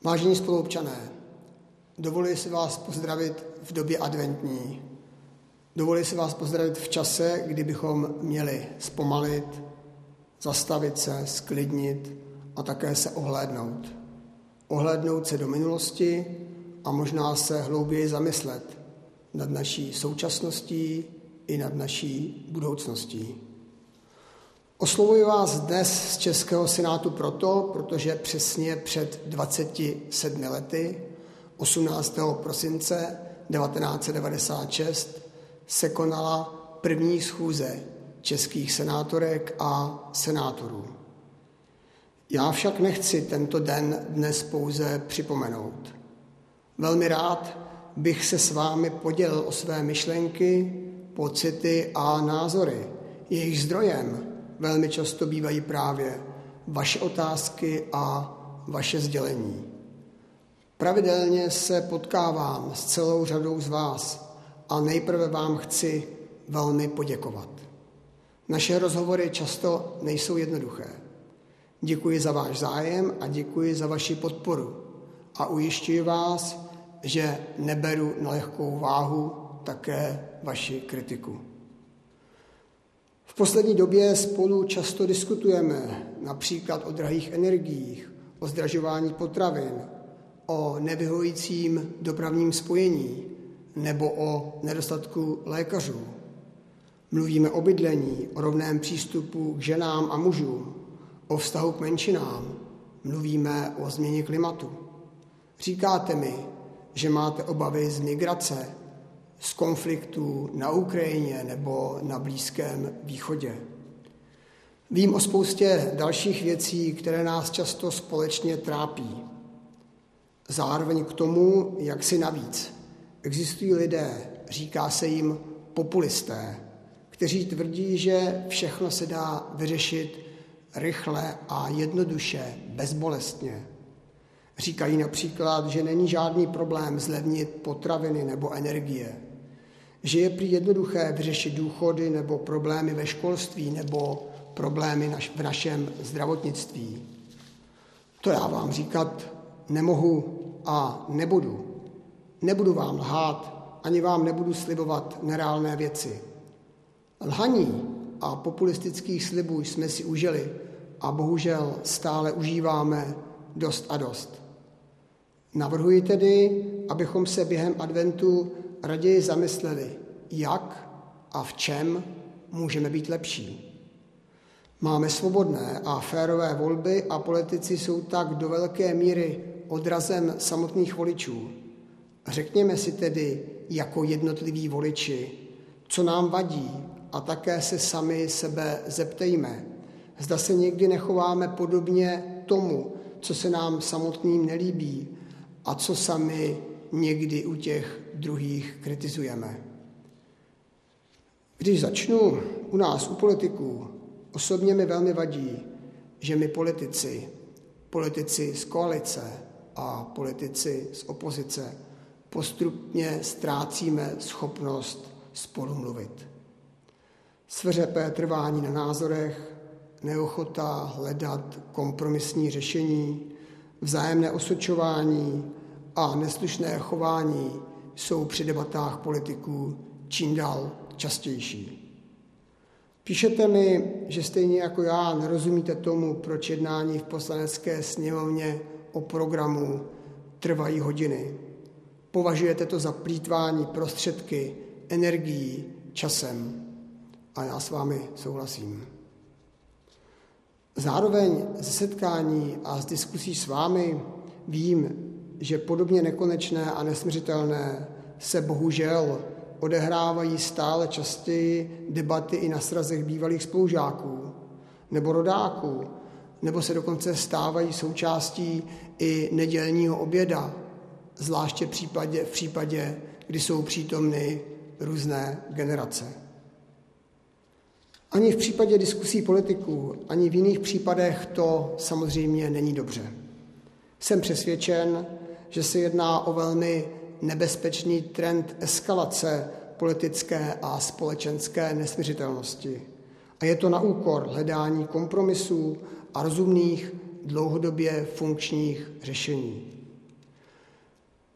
Vážení spoluobčané, dovoluji si vás pozdravit v době adventní. Dovoluji si vás pozdravit v čase, kdy bychom měli zpomalit, zastavit se, sklidnit a také se ohlédnout. Ohlédnout se do minulosti a možná se hlouběji zamyslet nad naší současností i nad naší budoucností. Oslovuji vás dnes z Českého senátu protože přesně před 27 lety, 18. prosince 1996, se konala první schůze českých senátorek a senátorů. Já však nechci tento den dnes pouze připomenout. Velmi rád bych se s vámi podělil o své myšlenky, pocity a názory. Jejich zdrojem velmi často bývají právě vaše otázky a vaše sdělení. Pravidelně se potkávám s celou řadou z vás a nejprve vám chci velmi poděkovat. Naše rozhovory často nejsou jednoduché. Děkuji za váš zájem a děkuji za vaši podporu a ujišťuji vás, že neberu na lehkou váhu také vaši kritiku. V poslední době spolu často diskutujeme například o drahých energiích, o zdražování potravin, o nevyhovujícím dopravním spojení nebo o nedostatku lékařů. Mluvíme o bydlení, o rovném přístupu k ženám a mužům, o vztahu k menšinám, mluvíme o změně klimatu. Říkáte mi, že máte obavy z migrace, z konfliktů na Ukrajině nebo na Blízkém východě. Vím o spoustě dalších věcí, které nás často společně trápí. Zároveň k tomu, jak si navíc, existují lidé, říká se jim populisté, kteří tvrdí, že všechno se dá vyřešit rychle a jednoduše, bezbolestně. Říkají například, že není žádný problém zlevnit potraviny nebo energie, že je prý jednoduché vyřešit důchody nebo problémy ve školství nebo problémy v našem zdravotnictví. To já vám říkat nemohu a nebudu. Nebudu vám lhát, ani vám nebudu slibovat nereálné věci. Lhaní a populistických slibů jsme si užili a bohužel stále užíváme dost a dost. Navrhuji tedy, abychom se během adventu raději zamysleli, jak a v čem můžeme být lepší. Máme svobodné a férové volby a politici jsou tak do velké míry odrazem samotných voličů. Řekněme si tedy jako jednotliví voliči, co nám vadí a také se sami sebe zeptejme, zda se někdy nechováme podobně tomu, co se nám samotným nelíbí a co sami někdy u těch druhých kritizujeme. Když začnu u nás, u politiků, osobně mi velmi vadí, že my politici z koalice a politici z opozice postupně ztrácíme schopnost spolu mluvit. Sveřepé trvání na názorech, neochota hledat kompromisní řešení, vzájemné osočování a neslušné chování jsou při debatách politiků čím dál častější. Píšete mi, že stejně jako já nerozumíte tomu, proč jednání v Poslanecké sněmovně o programu trvají hodiny. Považujete to za plýtvání prostředky, energií, časem. A já s vámi souhlasím. Zároveň ze setkání a z diskusí s vámi vím, že podobně nekonečné a nesmiřitelné se bohužel odehrávají stále častěji debaty i na srazech bývalých spolužáků nebo rodáků, nebo se dokonce stávají součástí i nedělního oběda, zvláště v případě, kdy jsou přítomny různé generace. Ani v případě diskusí politiků, ani v jiných případech to samozřejmě není dobře. Jsem přesvědčen, že se jedná o velmi nebezpečný trend eskalace politické a společenské nesmiřitelnosti. A je to na úkor hledání kompromisů a rozumných, dlouhodobě funkčních řešení.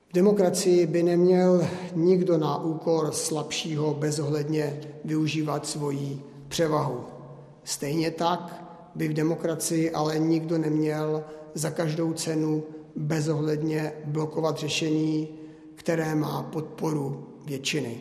V demokracii by neměl nikdo na úkor slabšího bezohledně využívat svoji převahu. Stejně tak by v demokracii ale nikdo neměl za každou cenu bezohledně blokovat řešení, které má podporu většiny.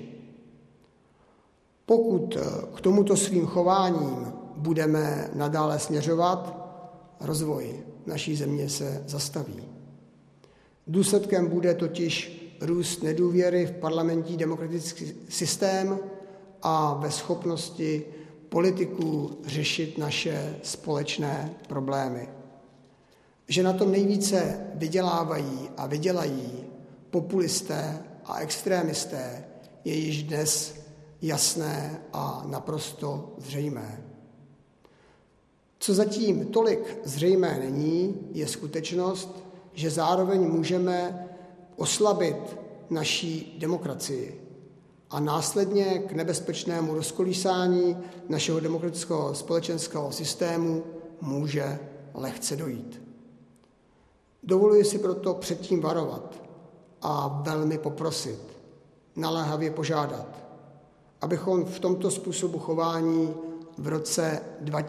Pokud k tomuto svým chováním budeme nadále směřovat, rozvoj naší země se zastaví. Důsledkem bude totiž růst nedůvěry v parlamentní demokratický systém a ve schopnosti politiků řešit naše společné problémy. Že na tom nejvíce vydělávají a vydělají populisté a extrémisté, je již dnes jasné a naprosto zřejmé. Co zatím tolik zřejmé není, je skutečnost, že zároveň můžeme oslabit naší demokracii a následně k nebezpečnému rozkolísání našeho demokratického společenského systému může lehce dojít. Dovoluji si proto předtím varovat a velmi poprosit, naléhavě požádat, abychom v tomto způsobu chování v roce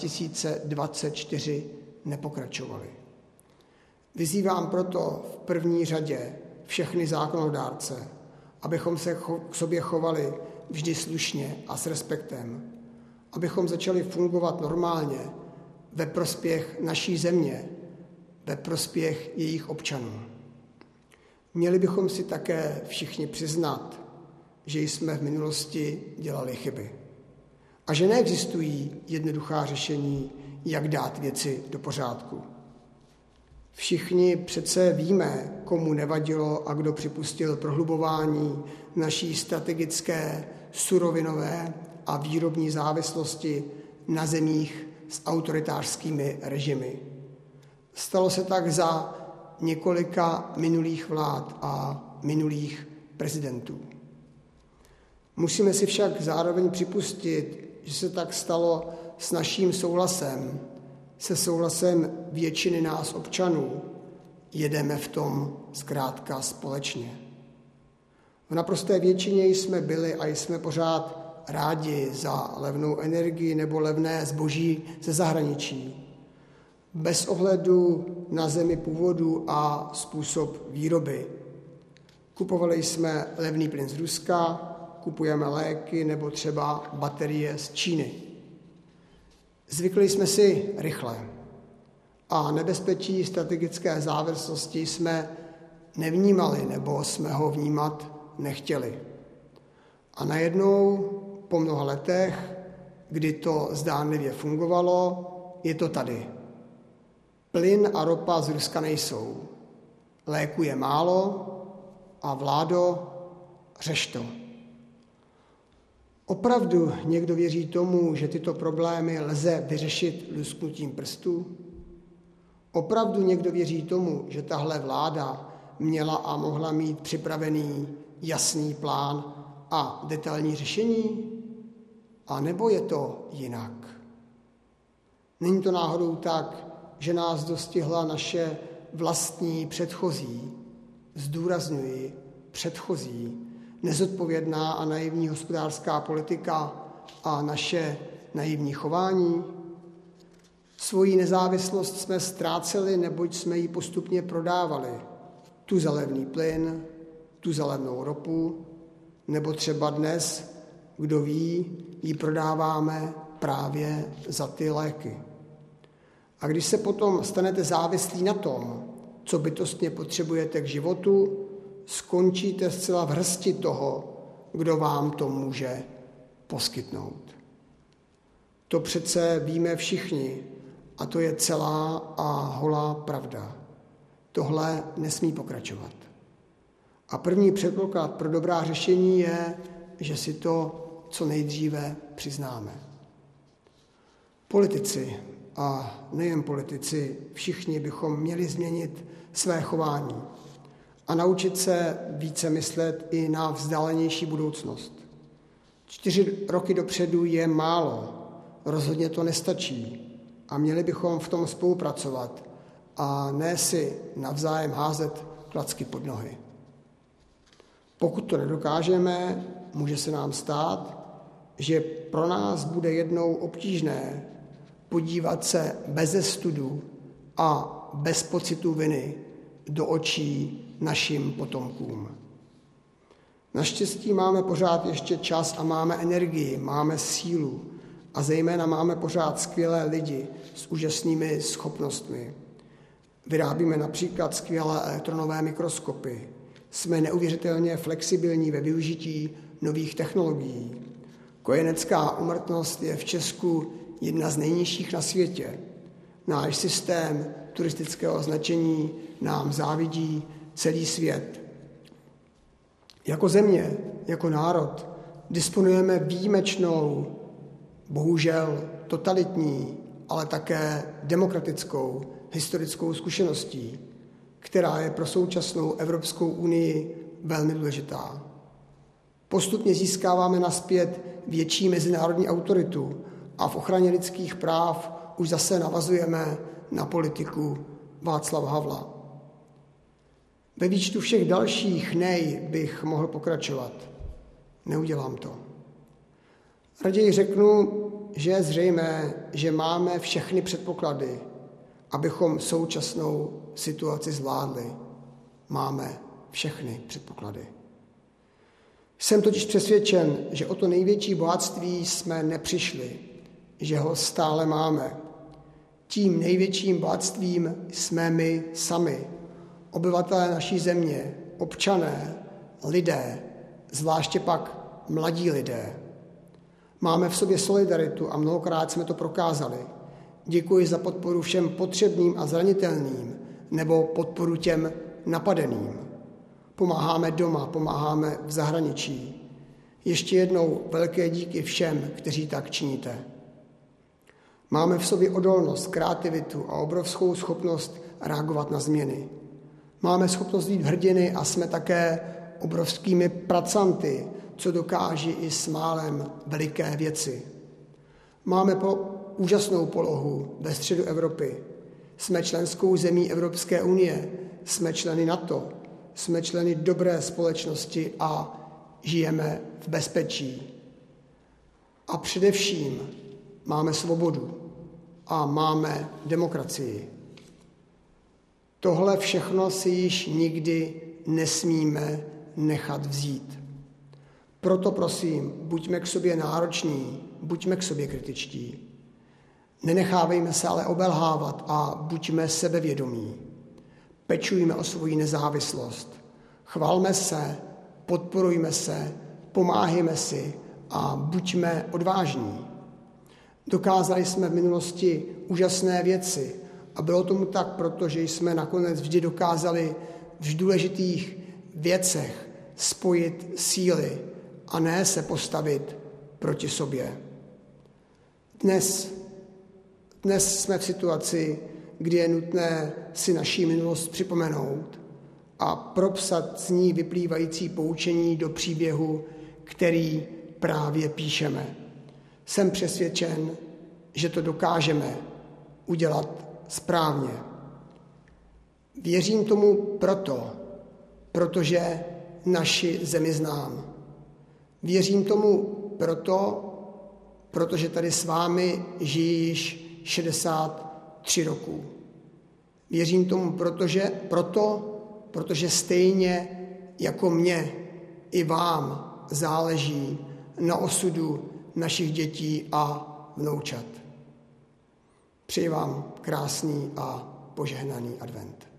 2024 nepokračovali. Vyzývám proto v první řadě všechny zákonodárce, abychom se k sobě chovali vždy slušně a s respektem, abychom začali fungovat normálně ve prospěch naší země, ve prospěch jejich občanů. Měli bychom si také všichni přiznat, že jsme v minulosti dělali chyby a že neexistují jednoduchá řešení, jak dát věci do pořádku. Všichni přece víme, komu nevadilo a kdo připustil prohlubování naší strategické, surovinové a výrobní závislosti na zemích s autoritářskými režimy. Stalo se tak za několika minulých vlád a minulých prezidentů. Musíme si však zároveň připustit, že se tak stalo s naším souhlasem, se souhlasem většiny nás občanů. Jedeme v tom zkrátka společně. V naprosté většině jsme byli a jsme pořád rádi za levnou energii nebo levné zboží ze zahraničí. Bez ohledu na zemi původu a způsob výroby. Kupovali jsme levný plyn z Ruska, kupujeme léky nebo třeba baterie z Číny. Zvykli jsme si rychle a nebezpečí strategické závislosti jsme nevnímali nebo jsme ho vnímat nechtěli. A najednou po mnoha letech, kdy to zdánlivě fungovalo, je to tady. Plyn a ropa z Ruska nejsou. Léku je málo a vládo, řeš to. Opravdu někdo věří tomu, že tyto problémy lze vyřešit lusknutím prstů? Opravdu někdo věří tomu, že tahle vláda měla a mohla mít připravený jasný plán a detailní řešení? A nebo je to jinak? Není to náhodou tak, že nás dostihla naše vlastní předchozí, zdůrazňuji předchozí, nezodpovědná a naivní hospodářská politika a naše naivní chování? Svoji nezávislost jsme ztráceli, neboť jsme ji postupně prodávali. Tu za levný plyn, tu za levnou ropu, nebo třeba dnes, kdo ví, ji prodáváme právě za ty léky. A když se potom stanete závislí na tom, co bytostně potřebujete k životu, skončíte zcela v hrsti toho, kdo vám to může poskytnout. To přece víme všichni a to je celá a holá pravda. Tohle nesmí pokračovat. A první předpoklad pro dobrá řešení je, že si to co nejdříve přiznáme. Politici, a nejen politici, všichni bychom měli změnit své chování a naučit se více myslet i na vzdálenější budoucnost. 4 roky dopředu je málo, rozhodně to nestačí a měli bychom v tom spolupracovat a ne si navzájem házet klacky pod nohy. Pokud to nedokážeme, může se nám stát, že pro nás bude jednou obtížné podívat se beze studu a bez pocitu viny do očí našim potomkům. Naštěstí máme pořád ještě čas a máme energii, máme sílu a zejména máme pořád skvělé lidi s úžasnými schopnostmi. Vyrábíme například skvělé elektronové mikroskopy. Jsme neuvěřitelně flexibilní ve využití nových technologií. Kojenecká úmrtnost je v Česku jedna z nejnižších na světě. Náš systém turistického značení nám závidí celý svět. Jako země, jako národ disponujeme výjimečnou, bohužel totalitní, ale také demokratickou historickou zkušeností, která je pro současnou Evropskou unii velmi důležitá. Postupně získáváme nazpět větší mezinárodní autoritu a v ochraně lidských práv už zase navazujeme na politiku Václava Havla. Ve výčtu všech dalších nej bych mohl pokračovat. Neudělám to. Raději řeknu, že je zřejmé, že máme všechny předpoklady, abychom současnou situaci zvládli. Máme všechny předpoklady. Jsem totiž přesvědčen, že o to největší bohatství jsme nepřišli, že ho stále máme. Tím největším bohatstvím jsme my sami, obyvatelé naší země, občané, lidé, zvláště pak mladí lidé. Máme v sobě solidaritu a mnohokrát jsme to prokázali. Děkuji za podporu všem potřebným a zranitelným nebo podporu těm napadeným. Pomáháme doma, pomáháme v zahraničí. Ještě jednou velké díky všem, kteří tak činíte. Máme v sobě odolnost, kreativitu a obrovskou schopnost reagovat na změny. Máme schopnost být hrdiny a jsme také obrovskými pracanty, co dokáží i s málem veliké věci. Máme úžasnou polohu ve středu Evropy. Jsme členskou zemí Evropské unie, jsme členy NATO, jsme členy dobré společnosti a žijeme v bezpečí. A především máme svobodu a máme demokracii. Tohle všechno si již nikdy nesmíme nechat vzít. Proto prosím, buďme k sobě nároční, buďme k sobě kritičtí. Nenechávejme se ale obelhávat a buďme sebevědomí. Pečujme o svoji nezávislost. Chvalme se, podporujme se, pomáhejme si a buďme odvážní. Dokázali jsme v minulosti úžasné věci a bylo tomu tak, protože jsme nakonec vždy dokázali v důležitých věcech spojit síly a ne se postavit proti sobě. Dnes jsme v situaci, kdy je nutné si naši minulost připomenout a propsat z ní vyplývající poučení do příběhu, který právě píšeme. Jsem přesvědčen, že to dokážeme udělat správně. Věřím tomu protože naši zemi znám. Věřím tomu protože tady s vámi žijí již 63 roků. Věřím tomu protože stejně jako mě i vám záleží na osudu našich dětí a vnoučat. Přeji vám krásný a požehnaný advent.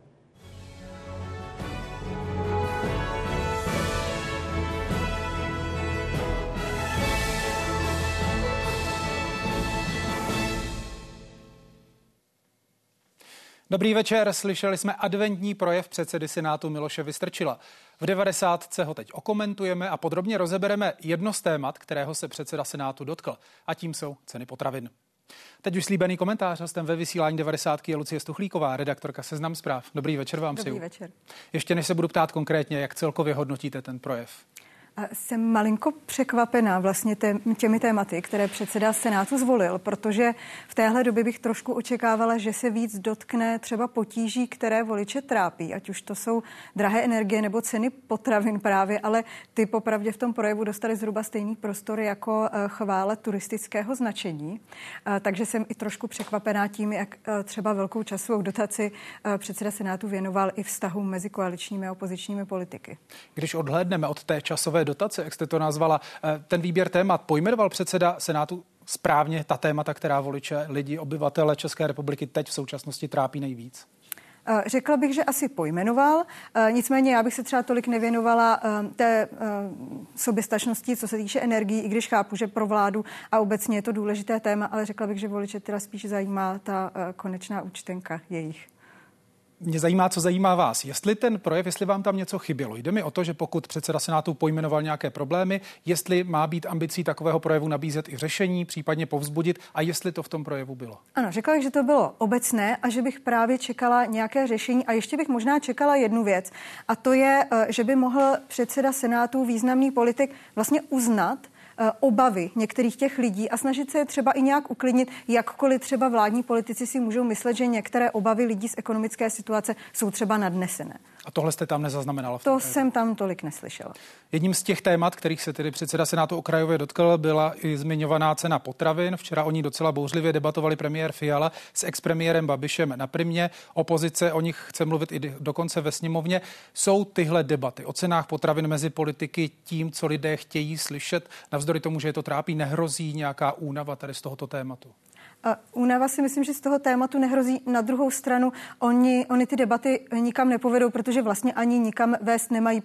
Dobrý večer, slyšeli jsme adventní projev předsedy Senátu Miloše Vystrčila. V 90. ho teď okomentujeme a podrobně rozebereme jedno z témat, kterého se předseda Senátu dotkl, a tím jsou ceny potravin. Teď už slíbený komentář, hostem ve vysílání 90. je Lucie Stuchlíková, redaktorka Seznam Zpráv. Dobrý večer vám přeju. Dobrý večer. Ještě než se budu ptát konkrétně, jak celkově hodnotíte ten projev? Jsem malinko překvapená vlastně těmi tématy, které předseda Senátu zvolil, protože v téhle době bych trošku očekávala, že se víc dotkne třeba potíží, které voliče trápí, ať už to jsou drahé energie nebo ceny potravin právě, ale ty popravdě v tom projevu dostali zhruba stejný prostor jako chvála turistického značení. Takže jsem i trošku překvapená tím, jak třeba velkou časovou dotaci předseda Senátu věnoval i vztahům mezi koaličními a opozičními politiky. Když odhlédneme od té časové dotace, jak jste to nazvala, ten výběr témat pojmenoval předseda Senátu správně ta témata, která voliče, lidi, obyvatele České republiky teď v současnosti trápí nejvíc? Řekla bych, že asi pojmenoval, nicméně já bych se třeba tolik nevěnovala té soběstačnosti, co se týče energií, i když chápu, že pro vládu a obecně je to důležité téma, ale řekla bych, že voliče teda spíš zajímá ta konečná účtenka jejich. Mě zajímá, co zajímá vás. Jestli ten projev, jestli vám tam něco chybělo. Jde mi o to, že pokud předseda Senátu pojmenoval nějaké problémy, jestli má být ambicí takového projevu nabízet i řešení, případně povzbudit, a jestli to v tom projevu bylo. Ano, řekla bych, že to bylo obecné a že bych právě čekala nějaké řešení a ještě bych možná čekala jednu věc, a to je, že by mohl předseda Senátu, významný politik, vlastně uznat obavy některých těch lidí a snažit se je třeba i nějak uklidnit, jakkoliv třeba vládní politici si můžou myslet, že některé obavy lidí z ekonomické situace jsou třeba nadnesené. A tohle jste tam nezaznamenala? To jsem tam tolik neslyšela. Jedním z těch témat, kterých se tedy předseda Senátu okrajově dotkl, byla i zmiňovaná cena potravin. Včera o ní docela bouřlivě debatovali premiér Fiala s expremiérem Babišem na Primě. Opozice o nich chce mluvit i dokonce ve sněmovně. Jsou tyhle debaty o cenách potravin mezi politiky tím, co lidé chtějí slyšet? Navzdory tomu, že je to trápí, nehrozí nějaká únava tady z tohoto tématu? Únava si myslím, že z toho tématu nehrozí. Na druhou stranu oni ty debaty nikam nepovedou, protože vlastně ani nikam vést nemají,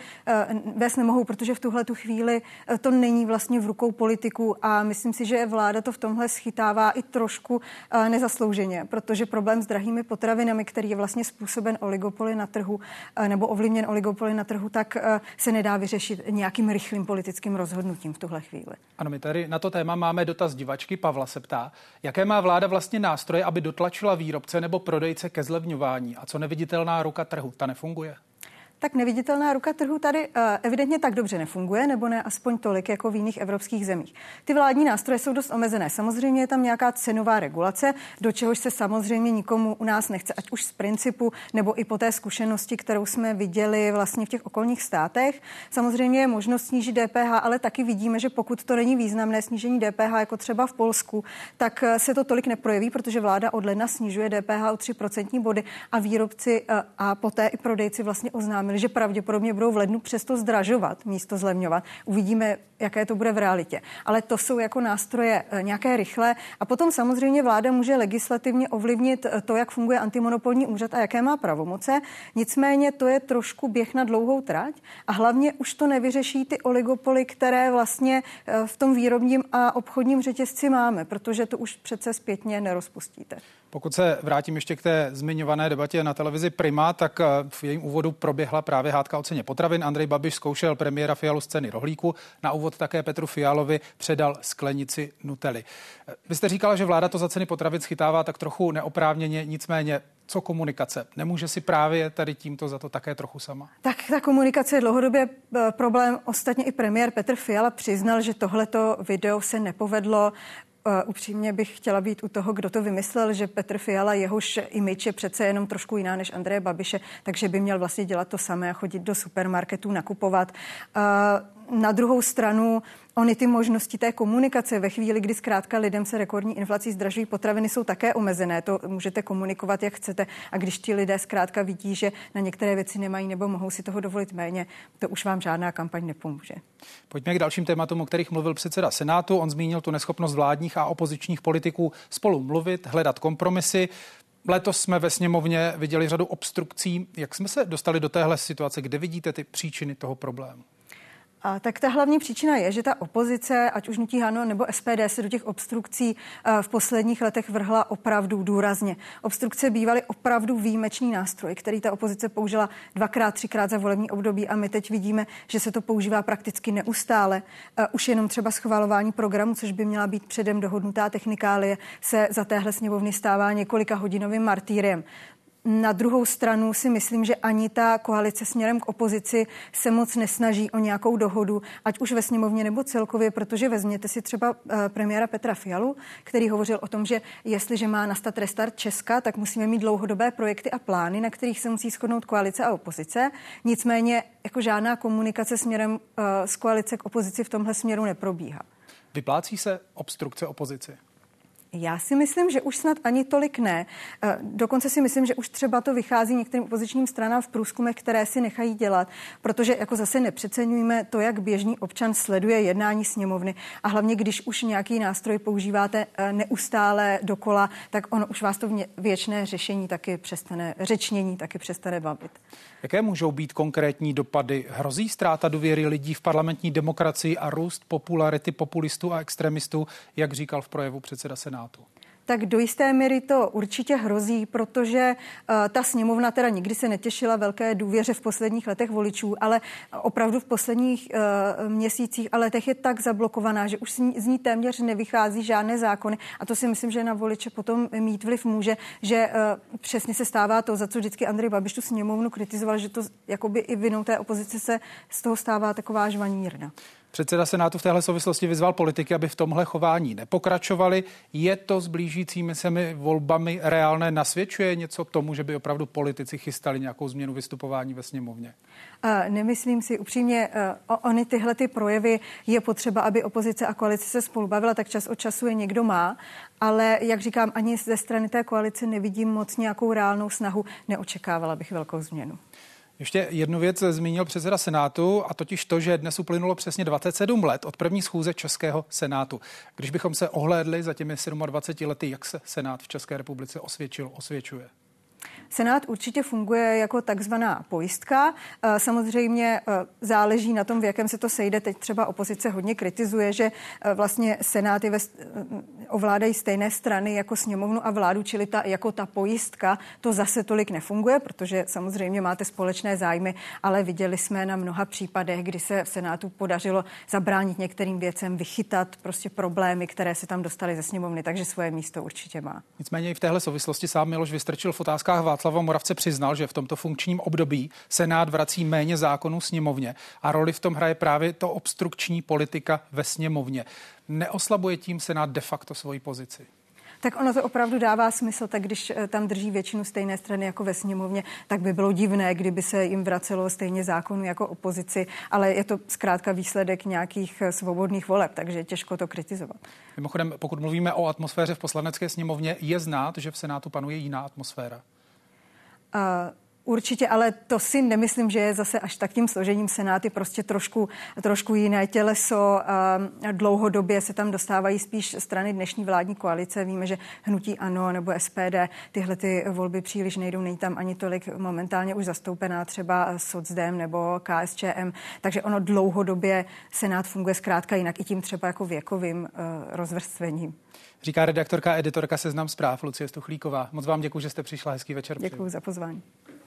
vést nemohou, protože v tuhletu chvíli to není vlastně v rukou politiků a myslím si, že vláda to v tomhle schytává i trošku nezaslouženě, protože problém s drahými potravinami, který je vlastně způsoben oligopoly na trhu nebo ovlivněn oligopoly na trhu, tak se nedá vyřešit nějakým rychlým politickým rozhodnutím v tuhle chvíli. Ano, my tady na to téma máme dotaz divačky. Pavla se ptá, jaké má vláda vlastně nástroje, aby dotlačila výrobce nebo prodejce ke zlevňování? A co neviditelná ruka trhu? Ta nefunguje? Tak neviditelná ruka trhu tady evidentně tak dobře nefunguje, nebo ne aspoň tolik jako v jiných evropských zemích. Ty vládní nástroje jsou dost omezené. Samozřejmě je tam nějaká cenová regulace, do čehož se samozřejmě nikomu u nás nechce, ať už z principu, nebo i po té zkušenosti, kterou jsme viděli vlastně v těch okolních státech. Samozřejmě je možnost snížit DPH, ale taky vidíme, že pokud to není významné snížení DPH, jako třeba v Polsku, tak se to tolik neprojeví, protože vláda od ledna snižuje DPH o 3% body a výrobci a poté i prodejci vlastně oznámili, že pravděpodobně budou v lednu přesto zdražovat místo zlevňovat. Uvidíme, jaké to bude v realitě. Ale to jsou jako nástroje nějaké rychlé. A potom samozřejmě vláda může legislativně ovlivnit to, jak funguje antimonopolní úřad a jaké má pravomoce. Nicméně to je trošku běh na dlouhou trať a hlavně už to nevyřeší ty oligopoly, které vlastně v tom výrobním a obchodním řetězci máme, protože to už přece zpětně nerozpustíte. Pokud se vrátím ještě k té zmiňované debatě na televizi Prima, tak v jejím úvodu proběhla právě hádka o ceně potravin. Andrej Babiš zkoušel premiéra Fialu z ceny rohlíku. Na úvod také Petru Fialovi předal sklenici Nutelly. Vy jste říkala, že vláda to za ceny potravin schytává tak trochu neoprávněně, nicméně co komunikace? Nemůže si právě tady tímto za to také trochu sama? Tak ta komunikace je dlouhodobě problém. Ostatně i premiér Petr Fiala přiznal, že tohleto video se nepovedlo. Upřímně bych chtěla být u toho, kdo to vymyslel, že Petr Fiala, jehož image je přece jenom trošku jiná než Andreje Babiše, takže by měl vlastně dělat to samé a chodit do supermarketů nakupovat. Na druhou stranu, ony ty možnosti té komunikace ve chvíli, kdy zkrátka lidem se rekordní inflací zdražují potraviny, jsou také omezené. To můžete komunikovat, jak chcete. A když ti lidé zkrátka vidí, že na některé věci nemají nebo mohou si toho dovolit méně, to už vám žádná kampaň nepomůže. Pojďme k dalším tématům, o kterých mluvil předseda Senátu. On zmínil tu neschopnost vládních a opozičních politiků spolu mluvit, hledat kompromisy. Letos jsme ve sněmovně viděli řadu obstrukcí. Jak jsme se dostali do téhle situace? Kde vidíte ty příčiny toho problému? Tak ta hlavní příčina je, že ta opozice, ať už hnutí ANO nebo SPD, se do těch obstrukcí v posledních letech vrhla opravdu důrazně. Obstrukce bývaly opravdu výjimečný nástroj, který ta opozice použila 2x, 3x za volební období a my teď vidíme, že se to používá prakticky neustále. Už jenom třeba schvalování programu, což by měla být předem dohodnutá technikálie, se za téhle sněmovny stává několika hodinovým martýriem. Na druhou stranu si myslím, že ani ta koalice směrem k opozici se moc nesnaží o nějakou dohodu, ať už ve sněmovně nebo celkově, protože vezměte si třeba premiéra Petra Fialu, který hovořil o tom, že jestliže má nastat restart Česka, tak musíme mít dlouhodobé projekty a plány, na kterých se musí shodnout koalice a opozice. Nicméně jako žádná komunikace směrem z koalice k opozici v tomhle směru neprobíhá. Vyplácí se obstrukce opozici? Já si myslím, že už snad ani tolik ne. Dokonce si myslím, že už třeba to vychází některým opozičním stranám v průzkumech, které si nechají dělat, protože jako zase nepřeceňujeme to, jak běžný občan sleduje jednání sněmovny a hlavně, když už nějaký nástroj používáte neustále dokola, tak ono už vás to věčné řečnění taky přestane bavit. Jaké můžou být konkrétní dopady? Hrozí ztráta důvěry lidí v parlamentní demokracii a růst popularity populistů a extremistů, jak říkal v projevu předseda Senátu? Tak do jisté míry to určitě hrozí, protože ta sněmovna teda nikdy se netěšila velké důvěře v posledních letech voličů, ale opravdu v posledních měsících a letech je tak zablokovaná, že už z ní téměř nevychází žádné zákony a to si myslím, že na voliče potom mít vliv může, že přesně se stává to, za co vždycky Andrej Babiš tu sněmovnu kritizoval, že to jakoby i vinou té opozice se z toho stává taková žvanírna. Předseda Senátu v téhle souvislosti vyzval politiky, aby v tomhle chování nepokračovali. Je to s blížícími se volbami reálné? Nasvědčuje něco tomu, že by opravdu politici chystali nějakou změnu vystupování ve sněmovně? Nemyslím si upřímně, ony tyhle ty projevy je potřeba, aby opozice a koalice se spolu bavila, tak čas od času je někdo má, ale jak říkám, ani ze strany té koalice nevidím moc nějakou reálnou snahu, neočekávala bych velkou změnu. Ještě jednu věc zmínil předseda Senátu, a totiž to, že dnes uplynulo přesně 27 let od první schůze Českého Senátu. Když bychom se ohlédli za těmi 27 lety, jak se Senát v České republice osvědčuje? Senát určitě funguje jako takzvaná pojistka. Samozřejmě záleží na tom, v jakém se to sejde. Teď třeba opozice hodně kritizuje, že vlastně Senáty ovládají stejné strany jako sněmovnu a vládu, čili jako ta pojistka, to zase tolik nefunguje, protože samozřejmě máte společné zájmy, ale viděli jsme na mnoha případech, kdy se v Senátu podařilo zabránit některým věcem, vychytat prostě problémy, které se tam dostaly ze sněmovny, takže svoje místo určitě má. Nicméně i v téhle souvislosti sám Miloš Vystrčil v otázkách Václava Moravce přiznal, že v tomto funkčním období Senát vrací méně zákonů sněmovně a roli v tom hraje právě to obstrukční politika ve sněmovně. Neoslabuje tím Senát de facto svoji pozici? Tak ono to opravdu dává smysl, tak když tam drží většinu stejné strany jako ve sněmovně, tak by bylo divné, kdyby se jim vracelo stejně zákonů jako opozici, ale je to zkrátka výsledek nějakých svobodných voleb, takže těžko to kritizovat. Mimochodem, pokud mluvíme o atmosféře v Poslanecké sněmovně, je znát, že v Senátu panuje jiná atmosféra? Určitě, ale to si nemyslím, že je zase až tak tím složením. Senát je prostě trošku jiné těleso. Dlouhodobě se tam dostávají spíš strany dnešní vládní koalice. Víme, že hnutí ANO nebo SPD tyhle ty volby příliš nejdou. Není tam ani tolik momentálně už zastoupená třeba SocDem nebo KSČM. Takže ono dlouhodobě Senát funguje zkrátka jinak i tím třeba jako věkovým rozvrstvením. Říká redaktorka a editorka Seznam Zpráv Lucie Stuchlíková. Moc vám děkuji, že jste přišla. Hezký večer. Děkuji za pozvání.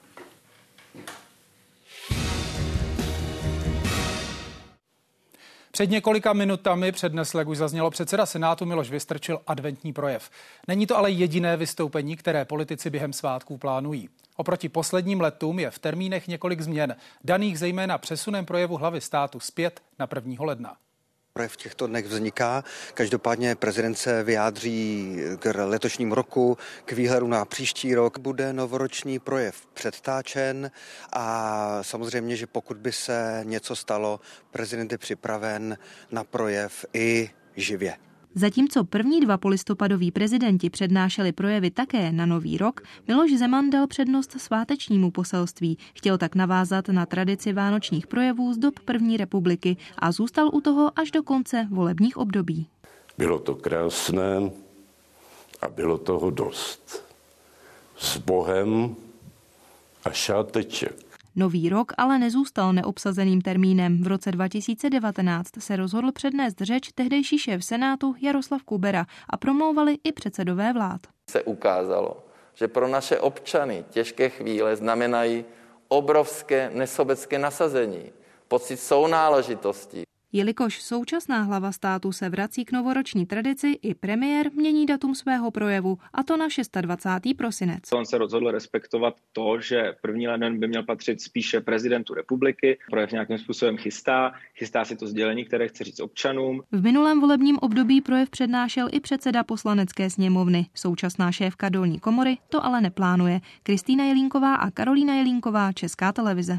Před několika minutami přednesl, jak už zaznělo, předseda Senátu Miloš Vystrčil adventní projev. Není to ale jediné vystoupení, které politici během svátků plánují. Oproti posledním letům je v termínech několik změn, daných zejména přesunem projevu hlavy státu zpět na 1. ledna. Projev v těchto dnech vzniká. Každopádně prezident se vyjádří k letošnímu roku, k výhledu na příští rok. Bude novoroční projev předtáčen a samozřejmě, že pokud by se něco stalo, prezident je připraven na projev i živě. Zatímco první dva polistopadoví prezidenti přednášeli projevy také na Nový rok, Miloš Zeman dal přednost svátečnímu poselství. Chtěl tak navázat na tradici vánočních projevů z dob první republiky a zůstal u toho až do konce volebních období. Bylo to krásné a bylo toho dost. S Bohem a šáteček. Nový rok ale nezůstal neobsazeným termínem. V roce 2019 se rozhodl přednést řeč tehdejší šéf Senátu Jaroslav Kubera a promlouvali i předsedové vlád. Se ukázalo, že pro naše občany těžké chvíle znamenají obrovské nesobecké nasazení, pocit sounáležitosti. Jelikož současná hlava státu se vrací k novoroční tradici, i premiér mění datum svého projevu, a to na 26. prosinec. On se rozhodl respektovat to, že 1. leden by měl patřit spíše prezidentu republiky. Projev nějakým způsobem chystá si to sdělení, které chce říct občanům. V minulém volebním období projev přednášel i předseda Poslanecké sněmovny. Současná šéfka dolní komory to ale neplánuje. Kristýna Jelínková a Karolína Jelínková, Česká televize.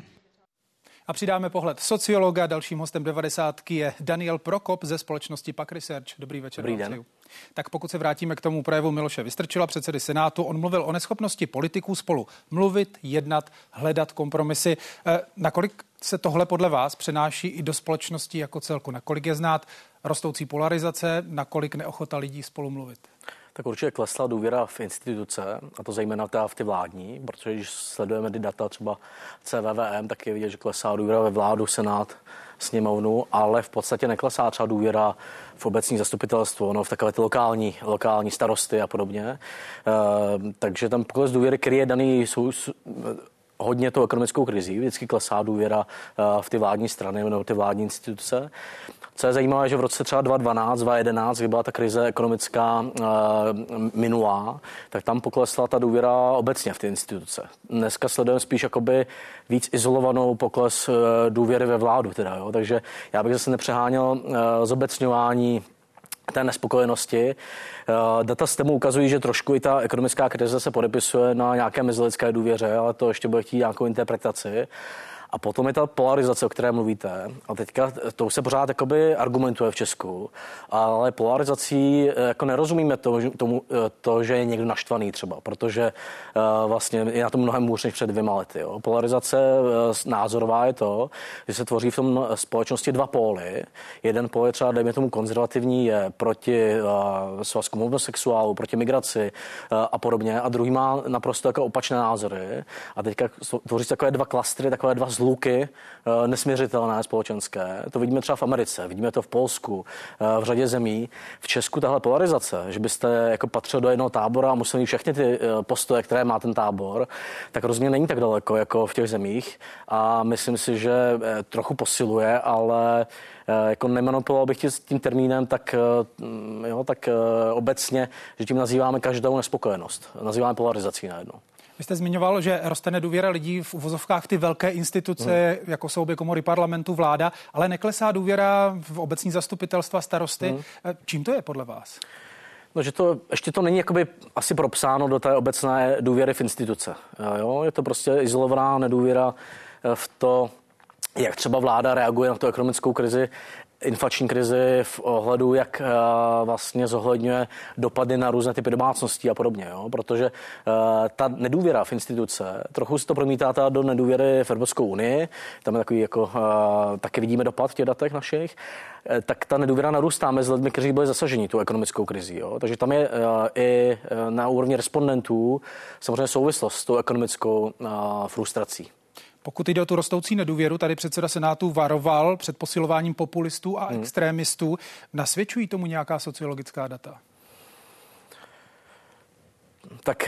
A přidáme pohled sociologa. Dalším hostem 90 je Daniel Prokop ze společnosti PAQ Research. Dobrý večer. Dobrý den. Tak pokud se vrátíme k tomu projevu Miloše Vystrčila, předsedy Senátu, on mluvil o neschopnosti politiků spolu mluvit, jednat, hledat kompromisy. Nakolik se tohle podle vás přenáší i do společnosti jako celku? Nakolik je znát rostoucí polarizace, nakolik neochota lidí spolu mluvit? Tak určitě klesla důvěra v instituce, a to zejména teda v ty vládní, protože když sledujeme ty data třeba CVVM, tak je vidět, že klesá důvěra ve vládu, Senát, sněmovnu, ale v podstatě neklesá třeba důvěra v obecní zastupitelstvo, v takové ty lokální starosty a podobně. Takže tam pokles důvěry, který je daný hodně tou ekonomickou krizí, vždycky klesá důvěra v ty vládní strany nebo ty vládní instituce. Co je zajímavé, že v roce třeba 2012, 2011, kdy byla ta krize ekonomická minulá, tak tam poklesla ta důvěra obecně v ty instituce. Dneska sledujeme spíš jakoby víc izolovanou pokles důvěry ve vládu. Teda, jo? Takže já bych zase nepřeháněl zobecňování té nespokojenosti. Data z tému ukazují, že trošku i ta ekonomická krize se podepisuje na nějaké mezilidské důvěře, ale to ještě bude chtít nějakou interpretaci. A potom je ta polarizace, o které mluvíte. A teďka to už se pořád jakoby argumentuje v Česku, ale polarizací jako nerozumíme to, že je někdo naštvaný třeba, protože vlastně je na tom mnohem hůř než před 2 lety. Jo. Polarizace názorová je to, že se tvoří v tom společnosti 2 póly. Jeden pól je třeba, dejme tomu konzervativní, je proti svazkům homosexuálů, proti migraci a podobně. A druhý má naprosto jako opačné názory. A teďka tvoří takové 2 klastry, takové 2 zluky nesměřitelné společenské. To vidíme třeba v Americe, vidíme to v Polsku, v řadě zemí. V Česku tahle polarizace, že byste jako patřil do jednoho tábora a museli všechny ty postoje, které má ten tábor, tak rozhodně není tak daleko jako v těch zemích. A myslím si, že trochu posiluje, ale jako nemanipuloval bych tím termínem tak obecně, že tím nazýváme každou nespokojenost. Nazýváme polarizací najednou. Vy jste zmiňoval, že roste nedůvěra lidí v uvozovkách ty velké instituce, jako jsou obě komory parlamentu, vláda, ale neklesá důvěra v obecní zastupitelstva, starosty. Čím to je podle vás? No, že to ještě to není jakoby asi propsáno do té obecné důvěry v instituce. Jo? Je to prostě izolovaná nedůvěra v to, jak třeba vláda reaguje na tu ekonomickou krizi, inflační krizi v ohledu, jak vlastně zohledňuje dopady na různé typy domácností a podobně. Jo? Protože ta nedůvěra v instituce, trochu se to promítá do nedůvěry v Evropskou unii, tam je takový, jako, taky vidíme dopad v těch datech našich, tak ta nedůvěra narůstá mezi lidmi, kteří byli zasaženi tu ekonomickou krizí. Jo? Takže tam je i na úrovni respondentů samozřejmě souvislost s tou ekonomickou frustrací. Pokud jde o tu rostoucí nedůvěru, tady předseda Senátu varoval před posilováním populistů a extrémistů. Nasvědčují tomu nějaká sociologická data? Tak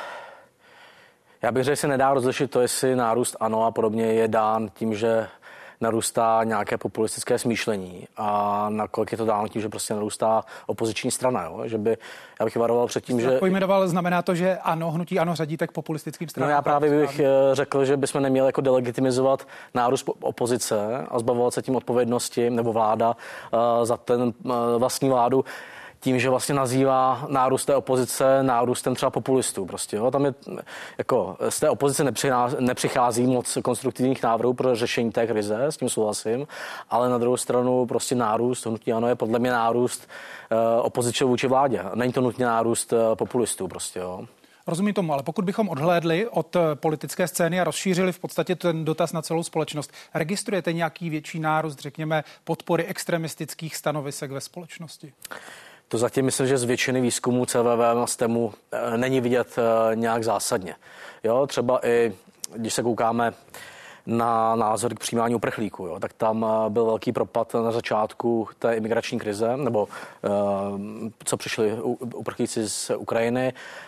já bych řekl, že se nedá rozlišit to, jestli nárůst ANO a podobně je dán tím, že narůstá nějaké populistické smýšlení a nakolik je to dáno tím, že prostě narůstá opoziční strana. Jo? Že já bych varoval před tím, že... Pojmenoval, znamená to, že ANO, hnutí ANO řadíte k populistickým stranám? No já právě bych řekl, že bychom neměli jako delegitimizovat nárůst opozice a zbavovat se tím odpovědnosti nebo vláda za ten vlastní vládu tím, že vlastně nazývá nárůst té opozice nárůstem třeba populistů. Prostě, jo. Tam je, jako, z té opozice nepřichází moc konstruktivních návrhů pro řešení té krize, s tím souhlasím, ale na druhou stranu prostě nárůst, hnutí ANO je podle mě nárůst opozice vůči vládě. Není to nutně nárůst populistů. Prostě, jo. Rozumím tomu, ale pokud bychom odhlédli od politické scény a rozšířili v podstatě ten dotaz na celou společnost, registrujete nějaký větší nárůst, řekněme, podpory extremistických stanovisek ve společnosti? To zatím myslím, že z většiny výzkumů CVVM a STEMu není vidět nějak zásadně. Jo, třeba i když se koukáme na názor k přijímání uprchlíků, jo, tak tam byl velký propad na začátku té imigrační krize, nebo co přišli uprchlíci z Ukrajiny.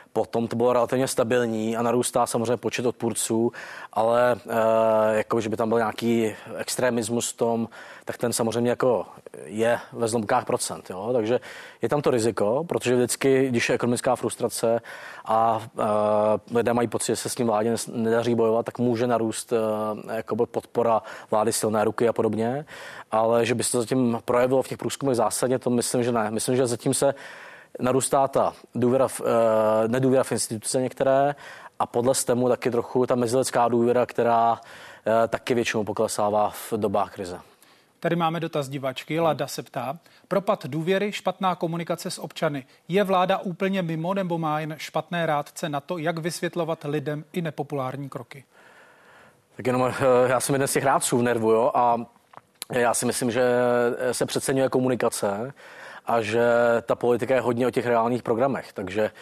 Potom to bylo relativně stabilní a narůstá samozřejmě počet odpůrců, ale jako, že by tam byl nějaký extremismus v tom, tak ten samozřejmě jako je ve zlomkách procent. Jo? Takže je tam to riziko, protože vždycky, když je ekonomická frustrace a lidé mají pocit, že se s tím vládě nedaří bojovat, tak může narůst jako podpora vlády silné ruky a podobně. Ale že by se to zatím projevilo v těch průzkumech zásadně, to myslím, že ne. Myslím, že zatím se narůstá ta nedůvěra v instituce některé a podle STEMu taky trochu ta mezilidská důvěra, která taky většinou poklesává v dobách krize. Tady máme dotaz divačky. Lada se ptá. Propad důvěry, špatná komunikace s občany. Je vláda úplně mimo nebo má jen špatné rádce na to, jak vysvětlovat lidem i nepopulární kroky? Tak jenom já jsem jeden z těch rádců v Nervu, jo, a já si myslím, že se přeceňuje komunikace a že ta politika je hodně o těch reálných programech. Takže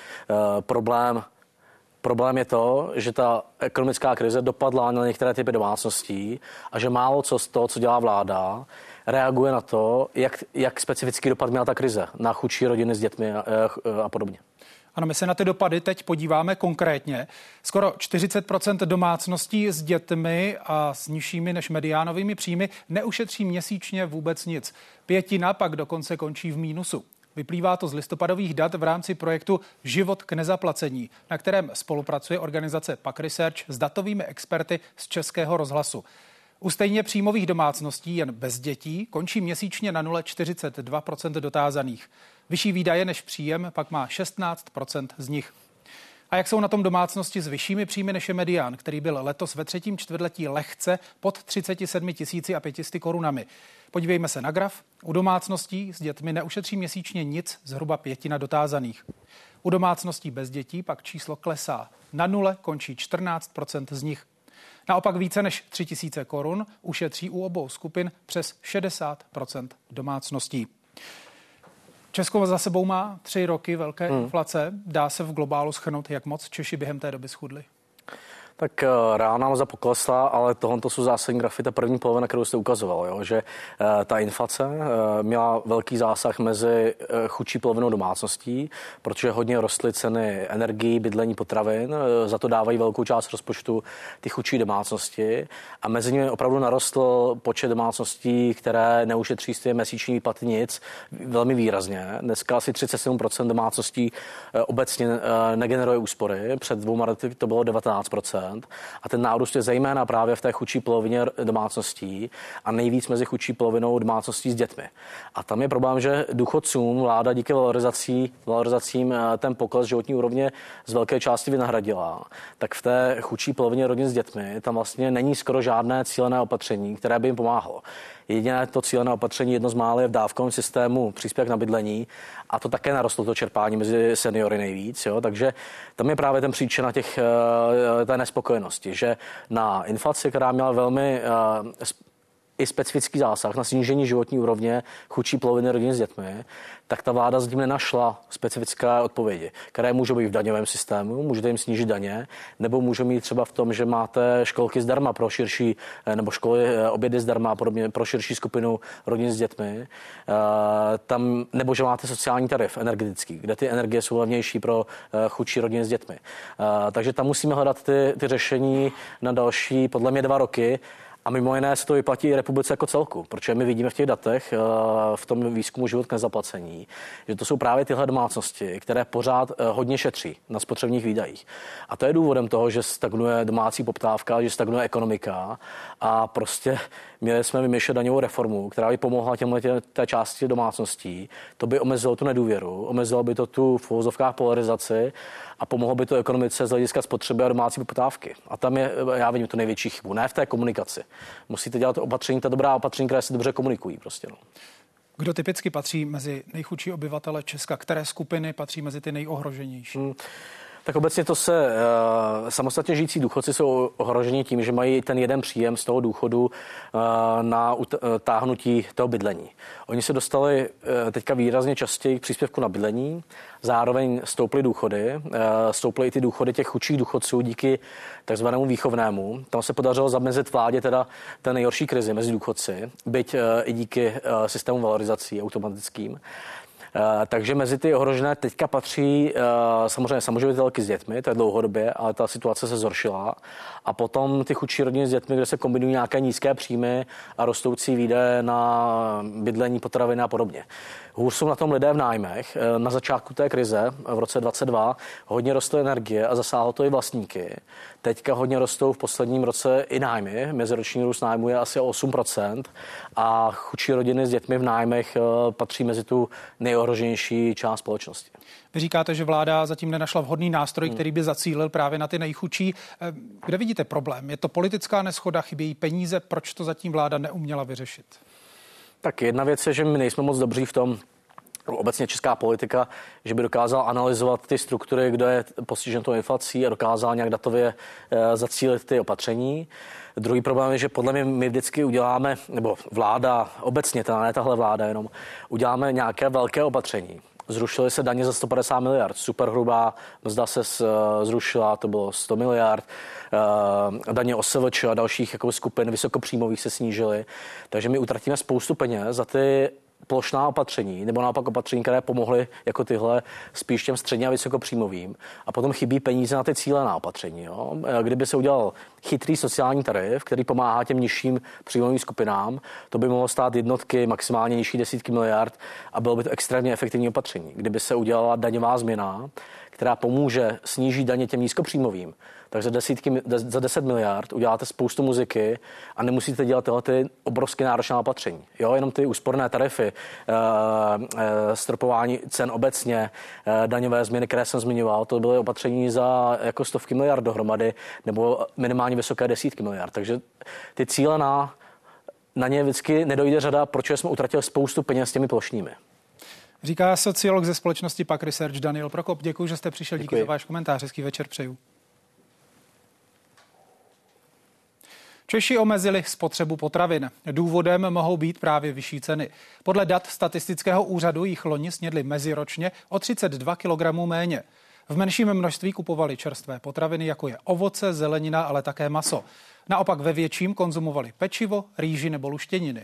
problém je to, že ta ekonomická krize dopadla na některé typy domácností a že málo co z toho, co dělá vláda, reaguje na to, jak specifický dopad měla ta krize na chudší rodiny s dětmi a podobně. Ano, my se na ty dopady teď podíváme konkrétně. Skoro 40% domácností s dětmi a s nižšími než mediánovými příjmy neušetří měsíčně vůbec nic. Pětina pak dokonce končí v mínusu. Vyplývá to z listopadových dat v rámci projektu Život k nezaplacení, na kterém spolupracuje organizace PAQ Research s datovými experty z Českého rozhlasu. U stejně příjmových domácností jen bez dětí končí měsíčně na 0,42% dotázaných. Vyšší výdaje než příjem pak má 16% z nich. A jak jsou na tom domácnosti s vyššími příjmy než je medián, který byl letos ve třetím čtvrtletí lehce pod 37 500 korunami. Podívejme se na graf. U domácností s dětmi neušetří měsíčně nic, zhruba pětina dotázaných. U domácností bez dětí pak číslo klesá. Na nule končí 14% z nich. Naopak více než 3 000 korun ušetří u obou skupin přes 60% domácností. Česko za sebou má 3 roky velké inflace. Dá se v globálu shrnout, jak moc Češi během té doby schudli? Tak reálná mzda poklesla, ale tohle jsou zásadní grafy, ta první polovina, kterou jste ukazoval, jo, že ta inflace měla velký zásah mezi chudší polovinou domácností, protože hodně rostly ceny energií, bydlení, potravin, za to dávají velkou část rozpočtu ty chudší domácnosti a mezi nimi opravdu narostl počet domácností, které neušetří z té měsíční výplaty nic, velmi výrazně. Dneska asi 37% domácností obecně negeneruje úspory, před 2 lety to bylo 19%. A ten nárůst je zejména právě v té chudší polovině domácností a nejvíc mezi chudší polovinou domácností s dětmi. A tam je problém, že důchodcům vláda díky valorizacím ten pokles životní úrovně z velké části vynahradila. Tak v té chudší polovině rodin s dětmi tam vlastně není skoro žádné cílené opatření, které by jim pomáhalo. Jediné to cílené opatření, jedno z mála, je v dávkovém systému příspěvek na bydlení a to také narostlo to čerpání mezi seniory nejvíc. Jo? Takže tam je právě ten příčina té nespokojenosti, že na inflaci, která měla velmi i specifický zásah na snížení životní úrovně chudší poloviny rodin s dětmi, tak ta vláda zatím nenašla specifické odpovědi, které můžou být v daňovém systému, můžete jim snížit daně, nebo můžou mít třeba v tom, že máte školky zdarma pro širší, nebo školy, obědy zdarma pro širší skupinu rodin s dětmi, tam, nebo že máte sociální tarif energetický, kde ty energie jsou levnější pro chudší rodiny s dětmi. Takže tam musíme hledat ty řešení na další, podle mě 2 roky, a mimo jiné se to vyplatí i republice jako celku, protože my vidíme v těch datech, v tom výzkumu Život k nezaplacení, že to jsou právě tyhle domácnosti, které pořád hodně šetří na spotřebních výdajích. A to je důvodem toho, že stagnuje domácí poptávka, že stagnuje ekonomika a prostě měli jsme vymýšlet daňovou reformu, která by pomohla té části domácností. To by omezilo tu nedůvěru, omezilo by to tu v uvozovkách polarizaci a pomohlo by to ekonomice z hlediska spotřeby a domácí poptávky. A tam je, já vidím tu největší chybu, ne v té komunikaci. Musíte dělat opatření, ta dobrá opatření, které se dobře komunikují prostě. No. Kdo typicky patří mezi nejchudší obyvatele Česka? Které skupiny patří mezi ty nejohroženější? Tak obecně to se samostatně žijící důchodci jsou ohroženi tím, že mají ten jeden příjem z toho důchodu na táhnutí toho bydlení. Oni se dostali teďka výrazně častěji k příspěvku na bydlení, zároveň stouply důchody, stouply i ty důchody těch chudších důchodců díky takzvanému výchovnému. Tam se podařilo zamezit vládě teda ten nejhorší krizi mezi důchodci, byť i díky systému valorizací automatickým. Takže mezi ty ohrožené teďka patří samozřejmě samoživitelky s dětmi, to je dlouhodobě, ale ta situace se zhoršila. A potom ty chudší rodiny s dětmi, kde se kombinují nějaké nízké příjmy a rostoucí výdaje na bydlení, potraviny a podobně. Hůř jsou na tom lidé v nájmech. Na začátku té krize v roce 2022 hodně rostly energie a zasáhlo to i vlastníky. Teďka hodně rostou v posledním roce i nájmy. Meziroční růst nájmu je asi o 8% a chudší rodiny s dětmi v nájmech patří mezi tu nejohroženější část společnosti. Vy říkáte, že vláda zatím nenašla vhodný nástroj, který by zacílil právě na ty nejchudší. Kde vidíte problém? Je to politická neshoda, chybějí peníze? Proč to zatím vláda neuměla vyřešit? Tak jedna věc je, že my nejsme moc dobří v tom, obecně česká politika, že by dokázala analyzovat ty struktury, kdo je postižen tou inflací a dokázala nějak datově zacílit ty opatření. Druhý problém je, že podle mě my vždycky uděláme, nebo vláda obecně, ne tahle vláda jenom, uděláme nějaké velké opatření. Zrušily se daně za 150 miliard. Superhrubá mzda se zrušila, to bylo 100 miliard. Daně OSVČ a dalších jako skupin vysokopříjmových se snížily. Takže my utratíme spoustu peněz za ty plošná opatření, nebo naopak opatření, které pomohly jako tyhle spíš těm středně a vysokopříjmovým. A potom chybí peníze na ty cílená opatření. Jo? Kdyby se udělal chytrý sociální tarif, který pomáhá těm nižším příjmovým skupinám, to by mohlo stát jednotky, maximálně nižší desítky miliard a bylo by to extrémně efektivní opatření. Kdyby se udělala daňová změna, která pomůže snížit daně těm nízkopříjmovým, tak za 10 miliard uděláte spoustu muziky a nemusíte dělat tyhle ty obrovské náročná opatření. Jo, jenom ty úsporné tarify, stropování cen obecně, daňové změny, které jsem zmiňoval, to byly opatření za jako stovky miliard dohromady nebo minimálně vysoké desítky miliard. Takže ty cíle na ně vždycky nedojde řada, proč jsme utratili spoustu peněz s těmi plošnými. Říká sociolog ze společnosti PAQ Research Daniel Prokop. Děkuji, že jste přišel. Díky za váš komentář. Hezký večer přeju. Češi omezili spotřebu potravin. Důvodem mohou být právě vyšší ceny. Podle dat statistického úřadu jich loni snědli meziročně o 32 kg méně. V menším množství kupovali čerstvé potraviny, jako je ovoce, zelenina, ale také maso. Naopak ve větším konzumovali pečivo, rýži nebo luštěniny.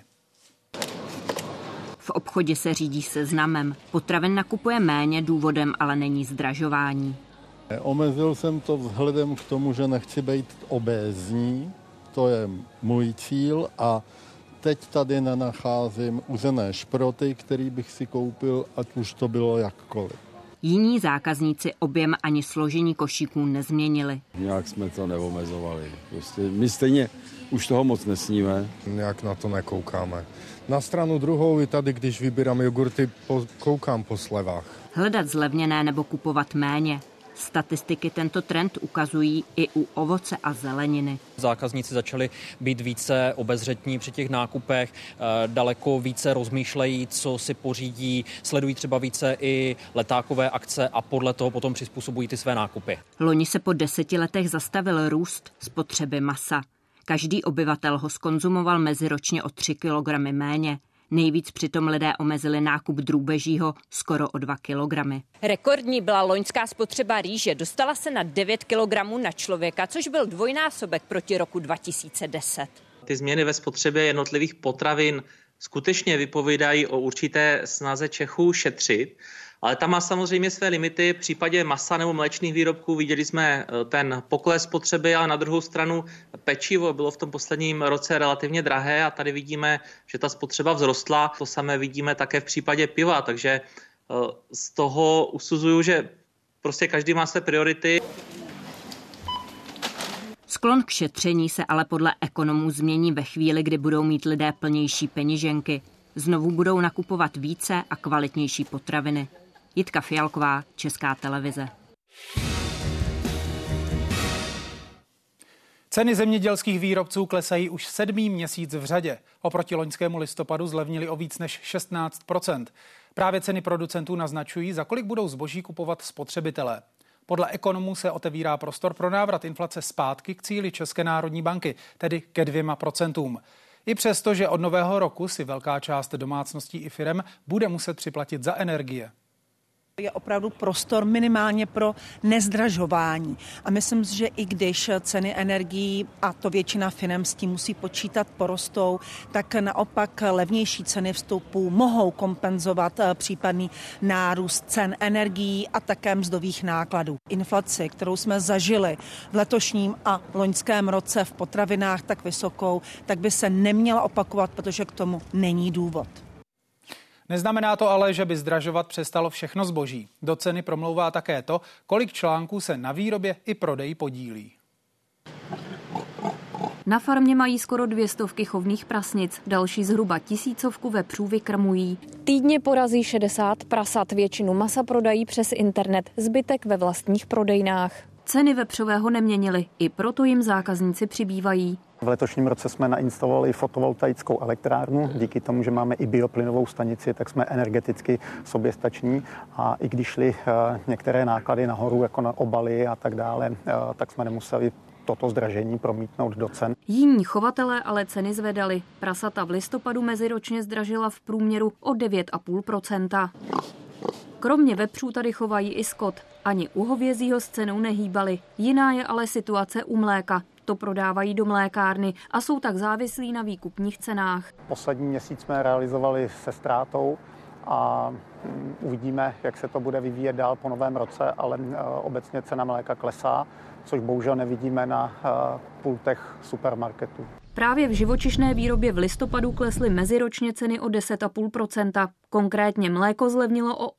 V obchodě se řídí seznamem. Potravin nakupuje méně, důvodem ale není zdražování. Omezil jsem to vzhledem k tomu, že nechci být obézní. To je můj cíl a teď tady nenacházím uzené šproty, který bych si koupil, ať už to bylo jakkoliv. Jiní zákazníci objem ani složení košíků nezměnili. Nějak jsme to neomezovali. Prostě my stejně už toho moc nesníme. Nějak na to nekoukáme. Na stranu druhou i tady, když vybírám jogurty, koukám po slevách. Hledat zlevněné nebo kupovat méně. Statistiky tento trend ukazují i u ovoce a zeleniny. Zákazníci začali být více obezřetní při těch nákupech, daleko více rozmýšlejí, co si pořídí, sledují třeba více i letákové akce a podle toho potom přizpůsobují ty své nákupy. Loni se po 10 letech zastavil růst spotřeby masa. Každý obyvatel ho zkonzumoval meziročně o 3 kg méně. Nejvíc přitom lidé omezili nákup drůbežího skoro o 2 kilogramy. Rekordní byla loňská spotřeba rýže. Dostala se na 9 kilogramů na člověka, což byl dvojnásobek proti roku 2010. Ty změny ve spotřebě jednotlivých potravin skutečně vypovídají o určité snaze Čechů šetřit, ale tam má samozřejmě své limity. V případě masa nebo mléčných výrobků viděli jsme ten pokles spotřeby, ale na druhou stranu pečivo bylo v tom posledním roce relativně drahé a tady vidíme, že ta spotřeba vzrostla. To samé vidíme také v případě piva, takže z toho usuzuju, že prostě každý má své priority. Sklon k šetření se ale podle ekonomů změní ve chvíli, kdy budou mít lidé plnější peněženky. Znovu budou nakupovat více a kvalitnější potraviny. Jitka Fialková, Česká televize. Ceny zemědělských výrobců klesají už 7. měsíc v řadě. Oproti loňskému listopadu zlevnily o víc než 16%. Právě ceny producentů naznačují, za kolik budou zboží kupovat spotřebitelé. Podle ekonomů se otevírá prostor pro návrat inflace zpátky k cíli České národní banky, tedy ke 2%. I přesto, že od nového roku si velká část domácností i firem bude muset připlatit za energie. Je opravdu prostor minimálně pro nezdražování. A myslím, že i když ceny energií, a to většina firem s tím musí počítat, porostou, tak naopak levnější ceny vstupů mohou kompenzovat případný nárůst cen energií a také mzdových nákladů. Inflaci, kterou jsme zažili v letošním a loňském roce v potravinách tak vysokou, tak by se neměla opakovat, protože k tomu není důvod. Neznamená to ale, že by zdražovat přestalo všechno zboží. Do ceny promlouvá také to, kolik článků se na výrobě i prodeji podílí. Na farmě mají skoro 200 chovných prasnic, další zhruba 1000 vepřů vykrmují. Týdně porazí 60 prasat, většinu masa prodají přes internet, zbytek ve vlastních prodejnách. Ceny vepřového neměnily, i proto jim zákazníci přibývají. V letošním roce jsme nainstalovali fotovoltaickou elektrárnu. Díky tomu, že máme i bioplynovou stanici, tak jsme energeticky soběstační. A i když šly některé náklady nahoru, jako na obaly a tak dále, tak jsme nemuseli toto zdražení promítnout do cen. Jiní chovatelé ale ceny zvedali. Prasata v listopadu meziročně zdražila v průměru o 9,5%. Kromě vepřů tady chovají i skot. Ani u hovězího s cenou nehýbali. Jiná je ale situace u mléka. To prodávají do mlékárny a jsou tak závislí na výkupních cenách. Poslední měsíc jsme realizovali se ztrátou a uvidíme, jak se to bude vyvíjet dál po novém roce, ale obecně cena mléka klesá, což bohužel nevidíme na pultech supermarketů. Právě v živočišné výrobě v listopadu klesly meziročně ceny o 10,5%. Konkrétně mléko zlevnilo o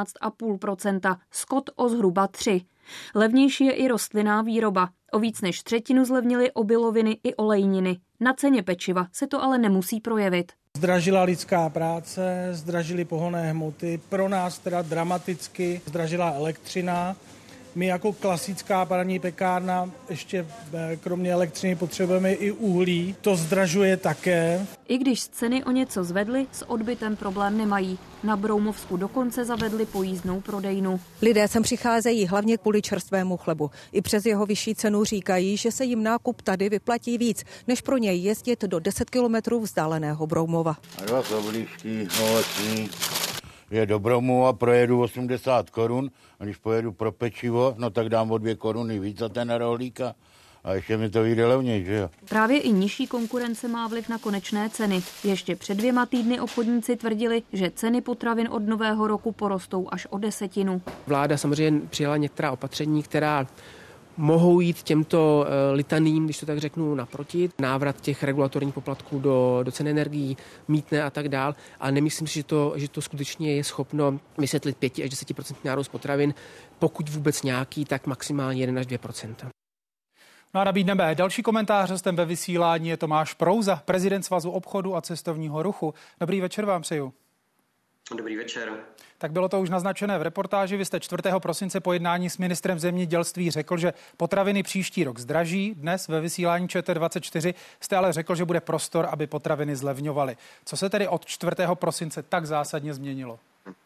18,5%, skot o zhruba 3%. Levnější je i rostlinná výroba. O víc než třetinu zlevnily obiloviny i olejniny. Na ceně pečiva se to ale nemusí projevit. Zdražila lidská práce, zdražily pohonné hmoty, pro nás teda dramaticky zdražila elektřina. My jako klasická parní pekárna ještě kromě elektřiny potřebujeme i uhlí. To zdražuje také. I když ceny o něco zvedly, s odbytem problém nemají. Na Broumovsku dokonce zavedli pojízdnou prodejnu. Lidé sem přicházejí hlavně kvůli čerstvému chlebu. I přes jeho vyšší cenu říkají, že se jim nákup tady vyplatí víc, než pro něj jezdit do 10 kilometrů vzdáleného Broumova. A 2 oblížky, holecní. Je do Broumova, projedu 80 korun a když pojedu pro pečivo, no tak dám o 2 koruny víc za ten rohlíka a ještě mi to vyjde levněji, že jo. Právě i nižší konkurence má vliv na konečné ceny. Ještě před 2 týdny obchodníci tvrdili, že ceny potravin od nového roku porostou až o 10%. Vláda samozřejmě přijala některá opatření, která mohou jít těmto litaním, když to tak řeknu, naproti. Návrat těch regulatorních poplatků do cen energií, mýtné a tak dál. Ale nemyslím si, že to skutečně je schopno vysvětlit 5 až 10% nárůst potravin. Pokud vůbec nějaký, tak maximálně 1 až 2%. No a nabídneme další komentář. Hostem ve vysílání je Tomáš Prouza, prezident Svazu obchodu a cestovního ruchu. Dobrý večer vám přeju. Dobrý večer. Tak bylo to už naznačené v reportáži. Vy jste 4. prosince po jednání s ministrem zemědělství řekl, že potraviny příští rok zdraží. Dnes ve vysílání ČT24 jste ale řekl, že bude prostor, aby potraviny zlevňovaly. Co se tedy od 4. prosince tak zásadně změnilo?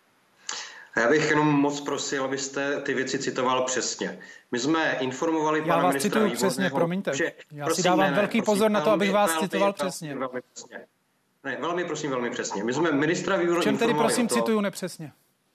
Já bych jenom moc prosil, abyste ty věci citoval přesně. My jsme informovali pana ministra Výborného, přesně, promiňte. Já si dávám velký pozor na to, abych vás citoval přesně. Ne, velmi přesně. My jsme ministra Výborného čem tedy prosím cituju nepřesně?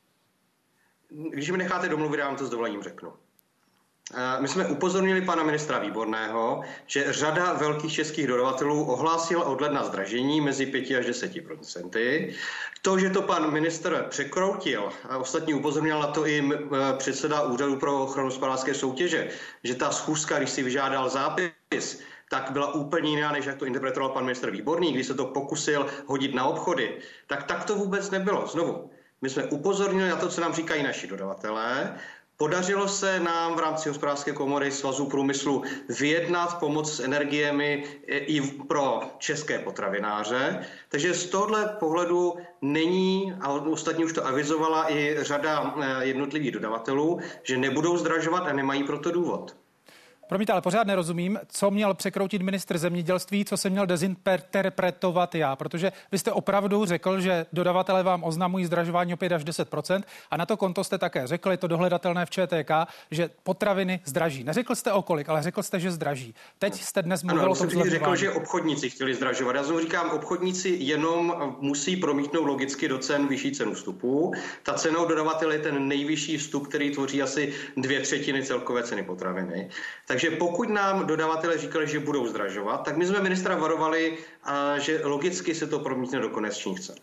Když mi necháte domluvit, já vám to s dovolením řeknu. My jsme upozornili pana ministra Výborného, že řada velkých českých dodavatelů ohlásila od ledna zdražení mezi 5 až 10%. To, že to pan ministr překroutil, a ostatní upozornil na to i předseda Úřadu pro ochranu hospodářské soutěže, že ta schůzka, když si vyžádal zápis, tak byla úplně jiná, než jak to interpretoval pan ministr Výborný, když se to pokusil hodit na obchody. Tak to vůbec nebylo. Znovu, my jsme upozornili na to, co nám říkají naši dodavatelé. Podařilo se nám v rámci hospodářské komory Svazu průmyslu vyjednat pomoc s energiemi i pro české potravináře. Takže z tohohle pohledu není, a ostatně už to avizovala i řada jednotlivých dodavatelů, že nebudou zdražovat a nemají proto důvod. Promiňte, ale pořád nerozumím, co měl překroutit ministr zemědělství, co se měl dezinterpretovat já, protože vy jste opravdu řekl, že dodavatelé vám oznamují zdražování o 5 až 10% a na to konto jste také řekl, je to dohledatelné v ČTK, že potraviny zdraží. Neřekl jste o kolik, ale řekl jste, že zdraží. Teď jste dnes mluvil o tom zlevňování. Řekl, že obchodníci chtěli zdražovat. Já znovu říkám, obchodníci jenom musí promítnout logicky do cen vyšší cenu vstupu. Ta cena od dodavatele je ten nejvyšší vstup, který tvoří asi 2/3 celkové ceny potraviny. Takže pokud nám dodavatelé říkali, že budou zdražovat, tak my jsme ministra varovali, že logicky se to promítne do konečných cen.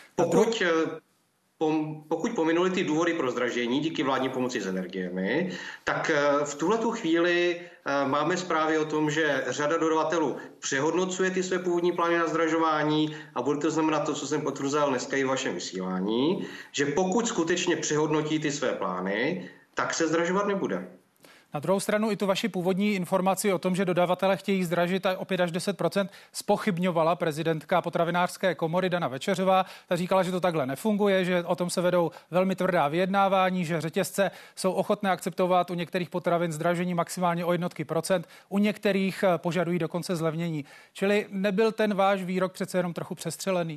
Pokud pominuli ty důvody pro zdražení díky vládní pomoci s energiemi, tak v tuhletu chvíli máme zprávy o tom, že řada dodavatelů přehodnocuje ty své původní plány na zdražování a bude to znamenat to, co jsem potvrzoval dneska i v vašem vysílání, že pokud skutečně přehodnotí ty své plány, tak se zdražovat nebude. Na druhou stranu i tu vaši původní informaci o tom, že dodavatelé chtějí zdražit o 5 až 10%, zpochybňovala prezidentka potravinářské komory Dana Večeřová. Ta říkala, že to takhle nefunguje, že o tom se vedou velmi tvrdá vyjednávání, že řetězce jsou ochotné akceptovat u některých potravin zdražení maximálně o jednotky procent, u některých požadují dokonce zlevnění. Čili nebyl ten váš výrok přece jenom trochu přestřelený?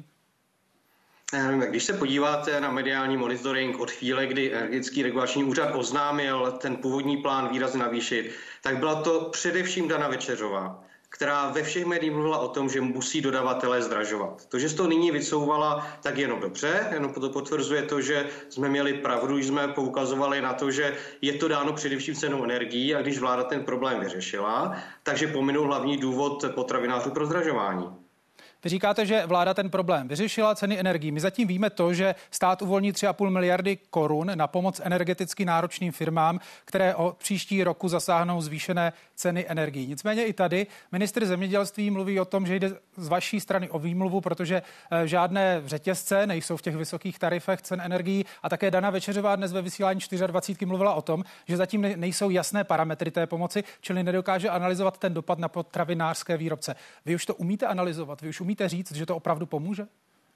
Když se podíváte na mediální monitoring od chvíle, kdy Energetický regulační úřad oznámil ten původní plán výrazně navýšit, tak byla to především Dana Večeřová, která ve všech médiích mluvila o tom, že musí dodavatelé zdražovat. To, že se to nyní vycouvala, tak jenom dobře, jenom to potvrzuje to, že jsme měli pravdu, když jsme poukazovali na to, že je to dáno především cenou energií a když vláda ten problém vyřešila, takže pominul hlavní důvod potravinářů pro zdražování. Vy říkáte, že vláda ten problém vyřešila, ceny energií. My zatím víme to, že stát uvolní 3,5 miliardy korun na pomoc energeticky náročným firmám, které o příští roku zasáhnou zvýšené ceny energií. Nicméně i tady ministr zemědělství mluví o tom, že jde z vaší strany o výmluvu, protože žádné řetězce nejsou v těch vysokých tarifech cen energií a také Dana Večeřová dnes ve vysílání 24 mluvila o tom, že zatím nejsou jasné parametry té pomoci, čili nedokáže analyzovat ten dopad na potravinářské výrobce. Vy už to umíte analyzovat? Vy už umíte říct, že to opravdu pomůže?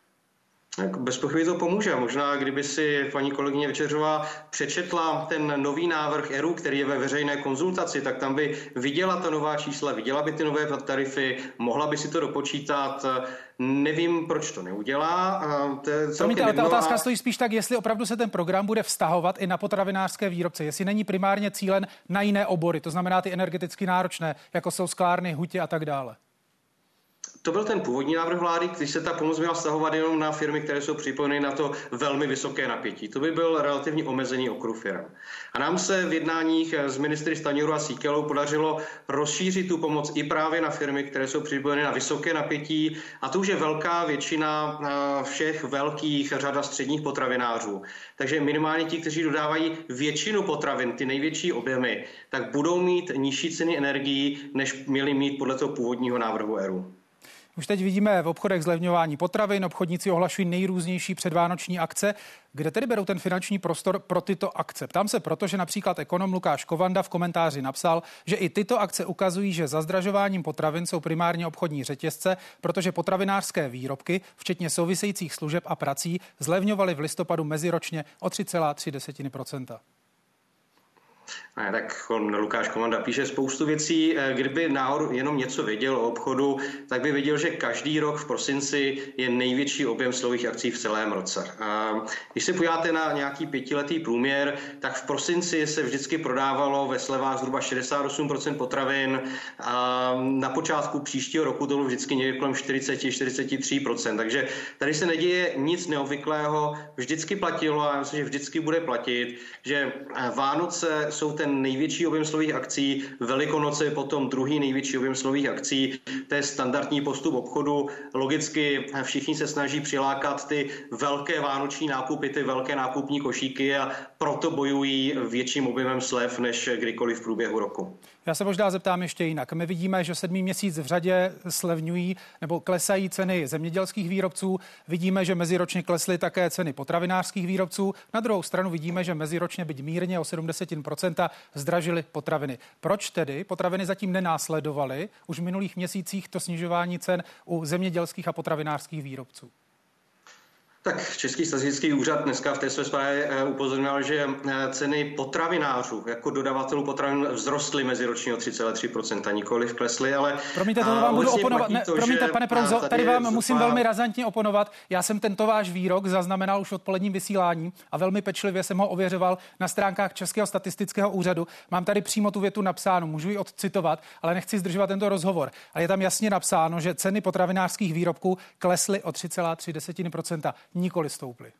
Bez pochyby to pomůže. Možná, kdyby si paní kolegyně Večeřová přečetla ten nový návrh ERÚ, který je ve veřejné konzultaci, tak tam by viděla ta nová čísla, viděla by ty nové tarify, mohla by si to dopočítat. Nevím, proč to neudělá. Promiňte, ale ta otázka stojí spíš tak, jestli opravdu se ten program bude vztahovat i na potravinářské výrobce, jestli není primárně cílen na jiné obory, to znamená ty energeticky náročné, jako jsou sklárny, hutě a tak dále. To byl ten původní návrh vlády, když se ta pomoc měla vztahovat jenom na firmy, které jsou připojeny na to velmi vysoké napětí. To by byl relativně omezený okruh firm. A nám se v jednáních s ministry Stanjurou a Síkelou podařilo rozšířit tu pomoc i právě na firmy, které jsou připojeny na vysoké napětí. A to už je velká většina všech velkých řada středních potravinářů. Takže minimálně ti, kteří dodávají většinu potravin, ty největší objemy, tak budou mít nižší ceny energií, než měli mít podle toho původního návrhu ERÚ. Už teď vidíme v obchodech zlevňování potravin, obchodníci ohlašují nejrůznější předvánoční akce. Kde tedy berou ten finanční prostor pro tyto akce? Ptám se proto, že například ekonom Lukáš Kovanda v komentáři napsal, že i tyto akce ukazují, že za zdražováním potravin jsou primárně obchodní řetězce, protože potravinářské výrobky, včetně souvisejících služeb a prací, zlevňovaly v listopadu meziročně o 3,3%. Tak Lukáš Kovanda píše spoustu věcí. Kdyby náhodou jenom něco věděl o obchodu, tak by věděl, že každý rok v prosinci je největší objem slových akcí v celém roce. Když se podíváte na nějaký 5letý průměr, tak v prosinci se vždycky prodávalo ve slevách zhruba 68% potravin. Na počátku příštího roku to bylo vždycky někde kolem 40-43%. Takže tady se neděje nic neobvyklého. Vždycky platilo a já myslím, že vždycky bude platit, že Vánoce jsou ten největší objem slových akcí, Velikonoce je potom druhý největší objem slových akcí. To je standardní postup obchodu. Logicky všichni se snaží přilákat ty velké vánoční nákupy, ty velké nákupní košíky a proto bojují větším objemem slev než kdykoliv v průběhu roku. Já se možná zeptám ještě jinak. My vidíme, že 7. měsíc v řadě slevňují nebo klesají ceny zemědělských výrobců. Vidíme, že meziročně klesly také ceny potravinářských výrobců. Na druhou stranu vidíme, že meziročně byť mírně o 70% zdražily potraviny. Proč tedy potraviny zatím nenásledovaly už v minulých měsících to snižování cen u zemědělských a potravinářských výrobců? Tak Český statistický úřad dneska v té své zprávě upozorňoval, že ceny potravinářů jako dodavatelů potravin vzrostly meziročně o 3,3%, nikoliv klesly, ale... Promiňte, to vám budu oponovat. Promiňte, pane Prouzo, tady vám musím velmi razantně oponovat. Já jsem tento váš výrok zaznamenal už v odpoledním vysílání a velmi pečlivě jsem ho ověřoval na stránkách Českého statistického úřadu. Mám tady přímo tu větu napsáno, můžu ji odcitovat, ale nechci zdržovat tento rozhovor. Ale je tam jasně napsáno, že ceny potravinářských výrobků klesly o 3,3%. Nikoli stouply.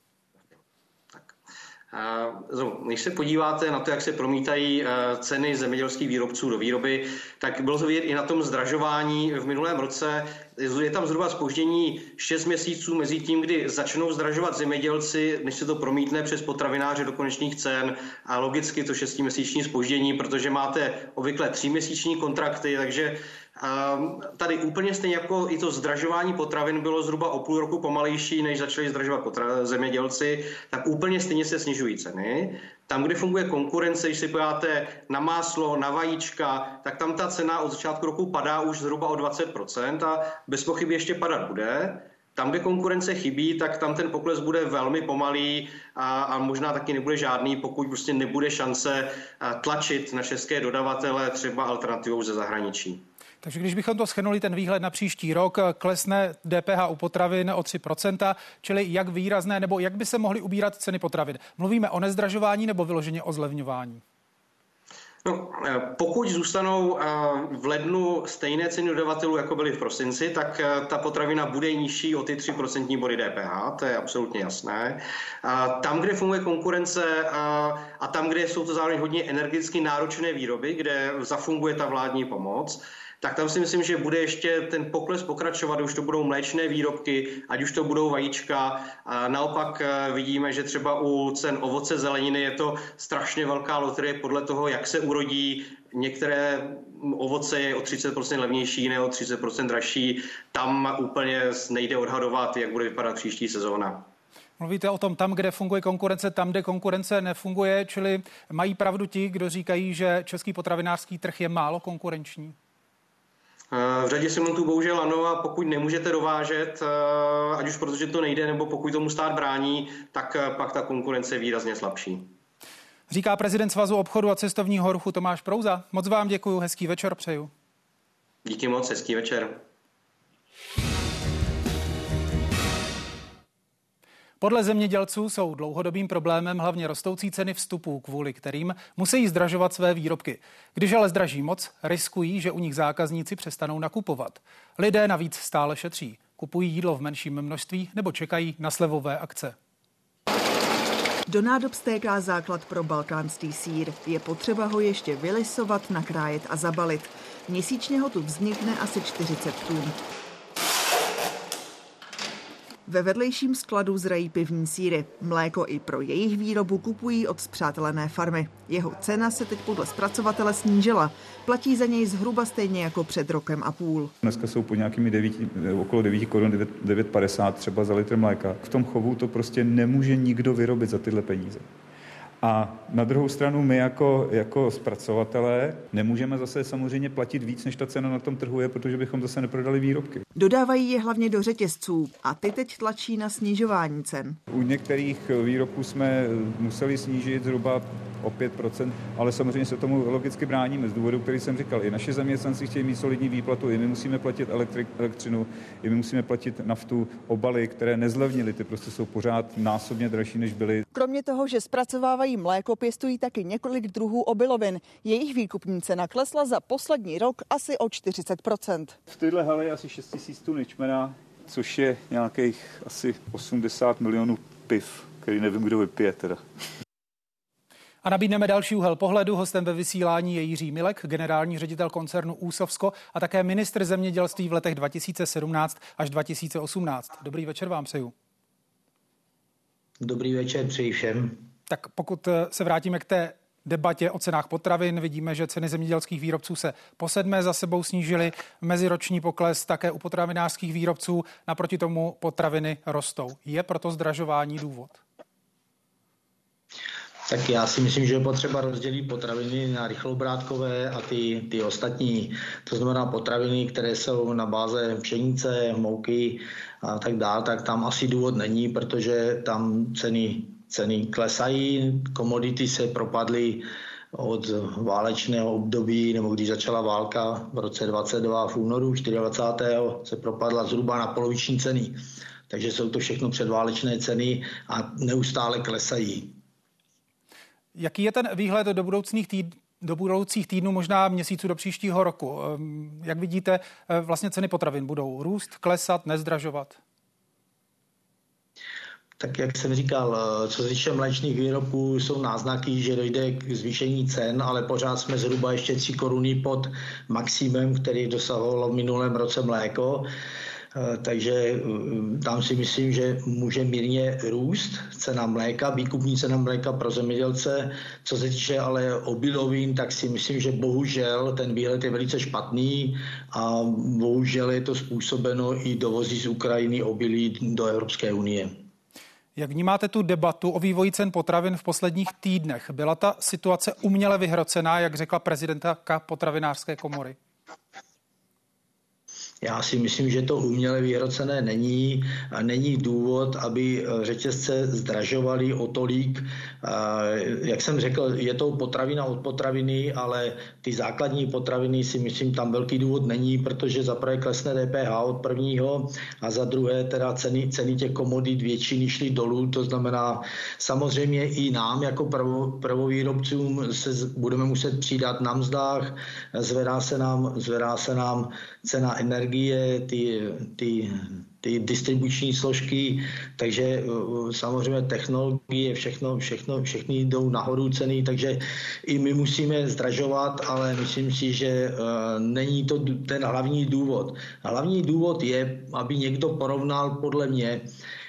Když se podíváte na to, jak se promítají ceny zemědělských výrobců do výroby, tak bylo to vidět i na tom zdražování v minulém roce. Je tam zhruba zpoždění 6 měsíců mezi tím, kdy začnou zdražovat zemědělci, než se to promítne přes potravináře do konečných cen, a logicky to 6měsíční zpoždění, protože máte obvykle 3měsíční kontrakty, takže tady úplně stejně jako i to zdražování potravin bylo zhruba o půl roku pomalejší, než začali zdražovat zemědělci, tak úplně stejně se snižují ceny. Tam, kde funguje konkurence, když si podíváte na máslo, na vajíčka, tak tam ta cena od začátku roku padá už zhruba o 20% a bez pochyby ještě padat bude. Tam, kde konkurence chybí, tak tam ten pokles bude velmi pomalý a možná taky nebude žádný, pokud prostě nebude šance tlačit na české dodavatele třeba alternativou ze zahraničí. Takže když bychom to shrnuli, ten výhled na příští rok, klesne DPH u potravin o 3%, čili jak výrazné nebo jak by se mohly ubírat ceny potravin? Mluvíme o nezdražování nebo vyloženě o zlevňování? No, pokud zůstanou v lednu stejné ceny dodavatelů, jako byly v prosinci, tak ta potravina bude nižší o ty 3% body DPH, to je absolutně jasné. Tam, kde funguje konkurence a tam, kde jsou to zároveň hodně energeticky náročné výroby, kde zafunguje ta vládní pomoc, tak tam si myslím, že bude ještě ten pokles pokračovat, už to budou mléčné výrobky, ať už to budou vajíčka. A naopak vidíme, že třeba u cen ovoce, zeleniny je to strašně velká loterie podle toho, jak se urodí. Některé ovoce je o 30% levnější, jiné o 30% dražší. Tam úplně nejde odhadovat, jak bude vypadat příští sezóna. Mluvíte o tom tam, kde funguje konkurence, tam, kde konkurence nefunguje, čili mají pravdu ti, kdo říkají, že český potravinářský trh je málo konkurenční? V řadě segmentů bohužel ano, a pokud nemůžete dovážet, ať už protože to nejde, nebo pokud tomu stát brání, tak pak ta konkurence je výrazně slabší. Říká prezident Svazu obchodu a cestovního ruchu Tomáš Prouza. Moc vám děkuju, hezký večer přeju. Díky moc, hezký večer. Podle zemědělců jsou dlouhodobým problémem hlavně rostoucí ceny vstupů, kvůli kterým musí zdražovat své výrobky. Když ale zdraží moc, riskují, že u nich zákazníci přestanou nakupovat. Lidé navíc stále šetří. Kupují jídlo v menším množství nebo čekají na slevové akce. Do nádob stéká základ pro balkánský sýr. Je potřeba ho ještě vylisovat, nakrájet a zabalit. Měsíčně ho tu vznikne asi 40 tun. Ve vedlejším skladu zrají pivní sýry. Mléko i pro jejich výrobu kupují od spřátelené farmy. Jeho cena se teď podle zpracovatele snížila. Platí za něj zhruba stejně jako před rokem a půl. Dneska jsou pod nějakými okolo 9 korun, 9,50 třeba za litr mléka. V tom chovu to prostě nemůže nikdo vyrobit za tyhle peníze. A na druhou stranu my jako zpracovatelé nemůžeme zase samozřejmě platit víc, než ta cena na tom trhu je, protože bychom zase neprodali výrobky. Dodávají je hlavně do řetězců a ty teď tlačí na snižování cen. U některých výrobků jsme museli snížit zhruba o 5%, ale samozřejmě se tomu logicky bráníme z důvodu, který jsem říkal. I naši zaměstnanci chtějí mít solidní výplatu, i my musíme platit elektřinu, i my musíme platit naftu, obaly, které nezlevnily, ty prostě jsou pořád násobně dražší, než byly. Kromě toho, že zpracovávají mléko, pěstují taky několik druhů obilovin. Jejich výkupní cena klesla za poslední rok asi o 40%. V téhle hale je asi 6 000 tun ječmena, což je nějakých asi 80 milionů piv, který nevím, kdo vypije teda. A nabídneme další úhel pohledu. Hostem ve vysílání je Jiří Milek, generální ředitel koncernu Úsovsko a také ministr zemědělství v letech 2017 až 2018. Dobrý večer vám přeju. Dobrý večer přeji všem. Tak pokud se vrátíme k té debatě o cenách potravin, vidíme, že ceny zemědělských výrobců se po 7. za sebou snížily, meziroční pokles také u potravinářských výrobců, naproti tomu potraviny rostou. Je proto zdražování důvod? Tak já si myslím, že je potřeba rozdělit potraviny na rychlobrátkové a ty ostatní. To znamená potraviny, které jsou na báze pšenice, mouky a tak dále, tak tam asi důvod není, protože tam ceny klesají, komodity se propadly od válečného období, nebo když začala válka v roce 22 v únoru 24. se propadla zhruba na poloviční ceny. Takže jsou to všechno předválečné ceny a neustále klesají. Jaký je ten výhled do budoucích týdnů, možná měsíců do příštího roku? Jak vidíte, vlastně ceny potravin budou růst, klesat, nezdražovat? Tak jak jsem říkal, co se týče mléčných výrobků, jsou náznaky, že dojde k zvýšení cen, ale pořád jsme zhruba ještě 3 koruny pod maximem, který dosahovalo v minulém roce mléko. Takže tam si myslím, že může mírně růst cena mléka, výkupní cena mléka pro zemědělce. Co se týče ale obilovin, tak si myslím, že bohužel ten výhled je velice špatný a bohužel je to způsobeno i dovozy z Ukrajiny obilí do Evropské unie. Jak vnímáte tu debatu o vývoji cen potravin v posledních týdnech? Byla ta situace uměle vyhrocená, jak řekla prezidentka potravinářské komory? Já si myslím, že to uměle vyhrocené není a není důvod, aby řetězce zdražovaly o tolik. Jak jsem řekl, je to potravina od potraviny, ale ty základní potraviny si myslím, tam velký důvod není, protože za prvé klesne DPH od prvního a za druhé teda ceny těch komodit většiny šly dolů. To znamená samozřejmě i nám jako prvovýrobcům se budeme muset přidat na mzdách, zvedá se nám cena energie, ty distribuční složky, takže samozřejmě technologie, všechny jdou nahoru ceny, takže i my musíme zdražovat, ale myslím si, že není to ten hlavní důvod. Hlavní důvod je, aby někdo porovnal podle mě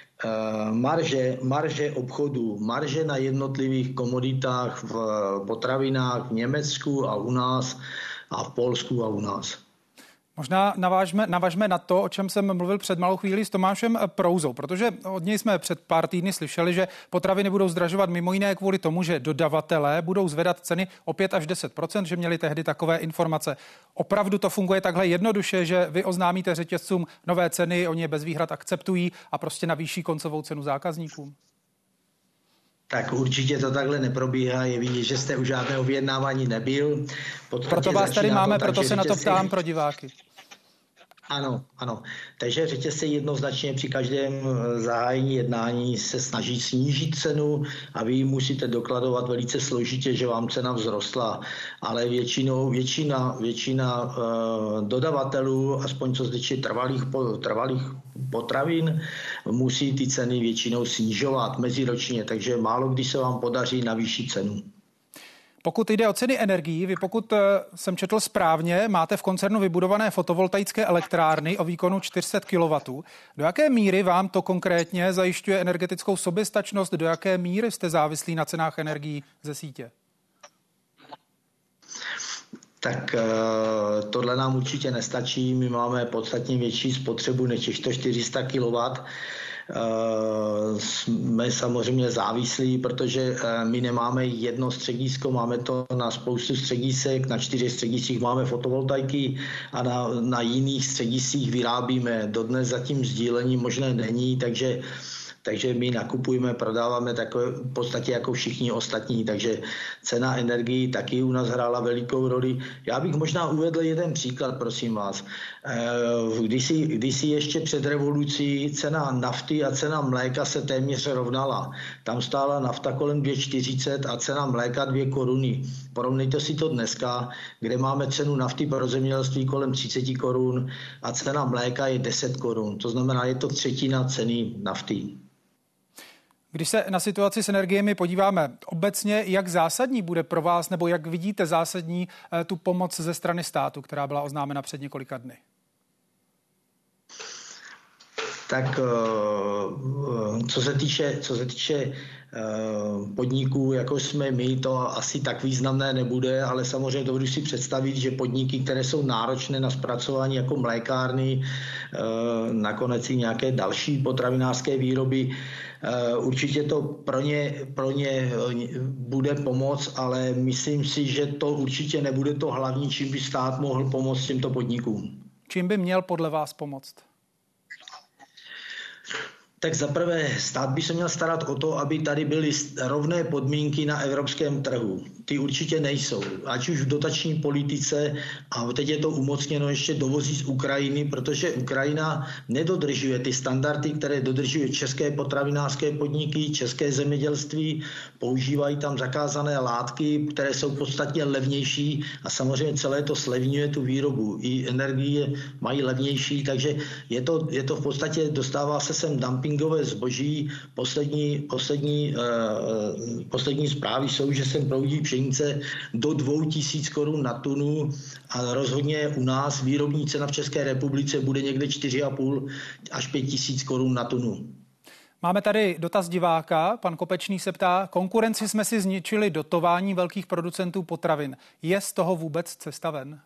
marže obchodu, marže na jednotlivých komoditách v potravinách v Německu a u nás a v Polsku a u nás. Možná navažme na to, o čem jsem mluvil před malou chvílí s Tomášem Prouzou, protože od něj jsme před pár týdny slyšeli, že potraviny budou zdražovat mimo jiné kvůli tomu, že dodavatelé budou zvedat ceny o 5 až 10%, že měli tehdy takové informace. Opravdu to funguje takhle jednoduše, že vy oznámíte řetězcům nové ceny, oni je bez výhrad akceptují a prostě navýší koncovou cenu zákazníkům? Tak určitě to takhle neprobíhá. Je vidět, že jste u žádného vyjednávání nebyl. Proto vás tady máme, proto se na to ptám pro diváky. Ano. Takže řetězce jednoznačně při každém zahájení jednání se snaží snížit cenu a vy musíte dokladovat velice složitě, že vám cena vzrostla. Ale většina dodavatelů, aspoň co se týče trvalých potravin, musí ty ceny většinou snižovat meziročně, takže málo kdy se vám podaří navýšit cenu. Pokud jde o ceny energií, vy pokud jsem četl správně, máte v koncernu vybudované fotovoltaické elektrárny o výkonu 400 kW. Do jaké míry vám to konkrétně zajišťuje energetickou soběstačnost? Do jaké míry jste závislí na cenách energií ze sítě? Tak tohle nám určitě nestačí. My máme podstatně větší spotřebu než těch 400 kW. Jsme samozřejmě závislí, protože my nemáme jedno středisko, máme to na spoustu středisek, na 4 střediscích máme fotovoltaiky a na jiných střediscích vyrábíme. Dodnes zatím sdílení možné není, takže my nakupujeme, prodáváme v podstatě jako všichni ostatní, takže cena energií taky u nás hrála velikou roli. Já bych možná uvedl jeden příklad, prosím vás. Kdysi ještě před revolucí cena nafty a cena mléka se téměř rovnala. Tam stála nafta kolem 2,40 a cena mléka 2 koruny. Porovnejte si to dneska, kde máme cenu nafty pro zemědělství kolem 30 korun a cena mléka je 10 korun. To znamená, je to třetina ceny nafty. Když se na situaci s energiemi podíváme obecně, jak zásadní bude pro vás, nebo jak vidíte zásadní tu pomoc ze strany státu, která byla oznámena před několika dny? Tak co se týče podniků, jako jsme my, to asi tak významné nebude, ale samozřejmě dovedu si představit, že podniky, které jsou náročné na zpracování jako mlékárny, nakonec i nějaké další potravinářské výroby, určitě to pro ně bude pomoc, ale myslím si, že to určitě nebude to hlavní, čím by stát mohl pomoct těmto podnikům. Čím by měl podle vás pomoct? Tak zaprvé stát by se měl starat o to, aby tady byly rovné podmínky na evropském trhu. Ty určitě nejsou. Ať už v dotační politice, a teď je to umocněno ještě dovozí z Ukrajiny, protože Ukrajina nedodržuje ty standardy, které dodržuje české potravinářské podniky, české zemědělství, používají tam zakázané látky, které jsou podstatně levnější a samozřejmě celé to slevňuje tu výrobu. I energie mají levnější, takže je to v podstatě, dostává se sem dumpingové zboží. Poslední zprávy jsou, že sem proudí pšenice do 2000 korun na tunu a rozhodně u nás výrobní cena v České republice bude někde 4,5 až 5 tisíc korun na tunu. Máme tady dotaz diváka. Pan Kopečný se ptá, konkurenci jsme si zničili dotování velkých producentů potravin. Je z toho vůbec cesta ven?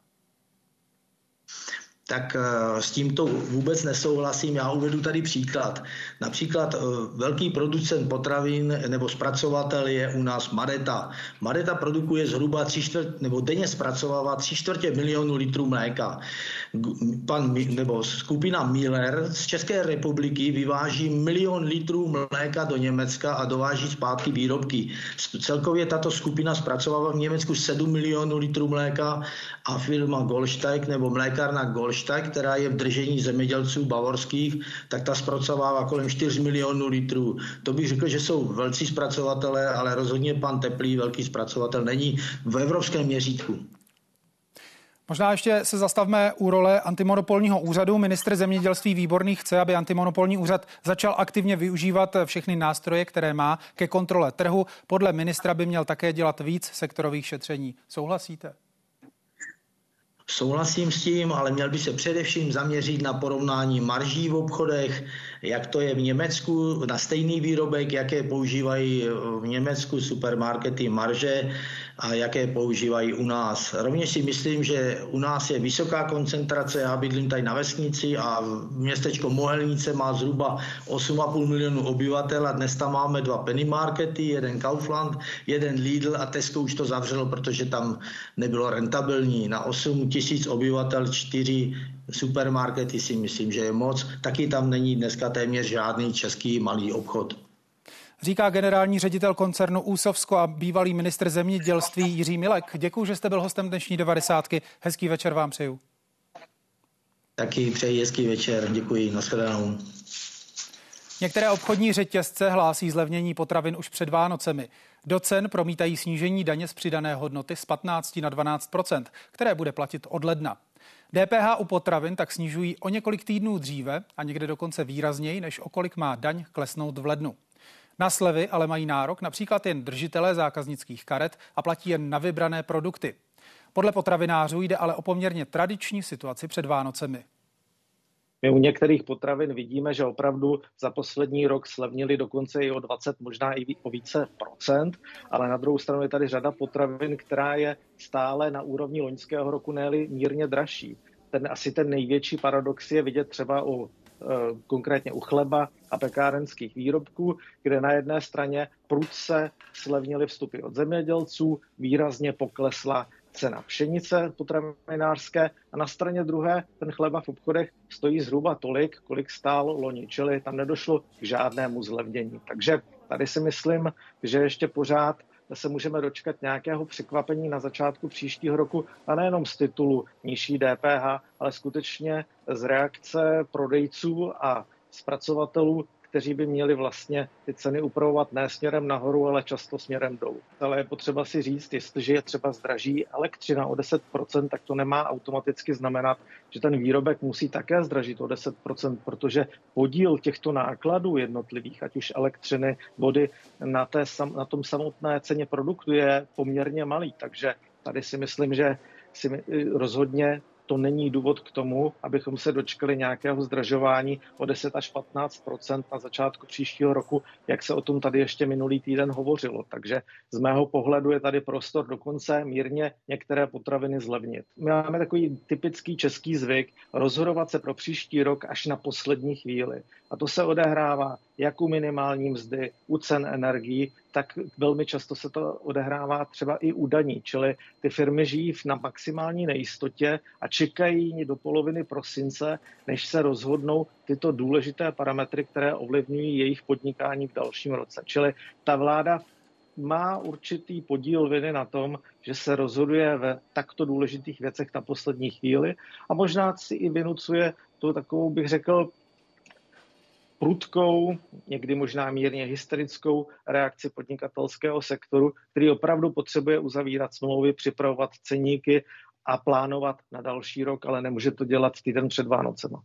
Tak s tímto vůbec nesouhlasím. Já uvedu tady příklad. Například velký producent potravin nebo zpracovatel je u nás Madeta. Madeta produkuje zhruba denně zpracovává 3/4 milionu litrů mléka. Skupina Müller z České republiky vyváží 1 milion litrů mléka do Německa a dováží zpátky výrobky. Celkově tato skupina zpracovává v Německu 7 milionů litrů mléka a firma Goldsteig nebo mlékárna Goldsteig, která je v držení zemědělců bavorských, tak ta zpracovává kolem 4 milionů litrů. To bych řekl, že jsou velcí zpracovatelé, ale rozhodně pan Teplý velký zpracovatel není v evropském měřítku. Možná ještě se zastavme u role antimonopolního úřadu. Ministr zemědělství Výborný chce, aby antimonopolní úřad začal aktivně využívat všechny nástroje, které má ke kontrole trhu. Podle ministra by měl také dělat víc sektorových šetření. Souhlasíte? Souhlasím s tím, ale měl by se především zaměřit na porovnání marží v obchodech, jak to je v Německu na stejný výrobek, jaké používají v Německu supermarkety marže a jaké používají u nás. Rovněž si myslím, že u nás je vysoká koncentrace, já bydlím tady na vesnici a městečko Mohelnice má zhruba 8,5 milionu obyvatel a dnes tam máme 2 penny markety, jeden Kaufland, jeden Lidl a Tesco už to zavřelo, protože tam nebylo rentabilní. Na 8 tisíc obyvatel 4 supermarkety si myslím, že je moc. Taky tam není dneska téměř žádný český malý obchod. Říká generální ředitel koncernu Úsovsko a bývalý ministr zemědělství Jiří Milek. Děkuji, že jste byl hostem dnešní 90. Hezký večer vám přeju. Taky přeji hezký večer. Děkuji. Nashledanou. Některé obchodní řetězce hlásí zlevnění potravin už před Vánocemi. Do cen promítají snížení daně z přidané hodnoty z 15 na 12%, které bude platit od ledna. DPH u potravin tak snižují o několik týdnů dříve a někde dokonce výrazněji, než o kolik má daň klesnout v lednu. Na slevy ale mají nárok například jen držitelé zákaznických karet a platí jen na vybrané produkty. Podle potravinářů jde ale o poměrně tradiční situaci před Vánocemi. My u některých potravin vidíme, že opravdu za poslední rok slevnili dokonce i o 20, možná i o více procent, ale na druhou stranu je tady řada potravin, která je stále na úrovni loňského roku, ne-li mírně dražší. Asi ten největší paradox je vidět třeba konkrétně u chleba a pekárenských výrobků, kde na jedné straně prudce slevnily vstupy od zemědělců, výrazně poklesla cena pšenice potravinářské a na straně druhé ten chleba v obchodech stojí zhruba tolik, kolik stál loni, čili tam nedošlo k žádnému zlevnění. Takže tady si myslím, že ještě pořád se můžeme dočkat nějakého překvapení na začátku příštího roku a nejenom z titulu nižší DPH, ale skutečně z reakce prodejců a zpracovatelů, kteří by měli vlastně ty ceny upravovat ne směrem nahoru, ale často směrem dolů. Ale je potřeba si říct, jestliže je třeba zdraží elektřina o 10%, tak to nemá automaticky znamenat, že ten výrobek musí také zdražit o 10%, protože podíl těchto nákladů jednotlivých, ať už elektřiny, vody, na tom samotné ceně produktu je poměrně malý. Takže tady si myslím, že rozhodně to není důvod k tomu, abychom se dočkali nějakého zdražování o 10 až 15% na začátku příštího roku, jak se o tom tady ještě minulý týden hovořilo. Takže z mého pohledu je tady prostor dokonce mírně některé potraviny zlevnit. My máme takový typický český zvyk rozhodovat se pro příští rok až na poslední chvíli. A to se odehrává jak u minimální mzdy, u cen energií, tak velmi často se to odehrává třeba i u daní. Čili ty firmy žijí na maximální nejistotě a čekají do poloviny prosince, než se rozhodnou tyto důležité parametry, které ovlivňují jejich podnikání v dalším roce. Čili ta vláda má určitý podíl viny na tom, že se rozhoduje ve takto důležitých věcech na poslední chvíli a možná si i vynucuje tu takovou, bych řekl, prudkou, někdy možná mírně hysterickou reakci podnikatelského sektoru, který opravdu potřebuje uzavírat smlouvy, připravovat ceníky a plánovat na další rok, ale nemůže to dělat týden před Vánocema.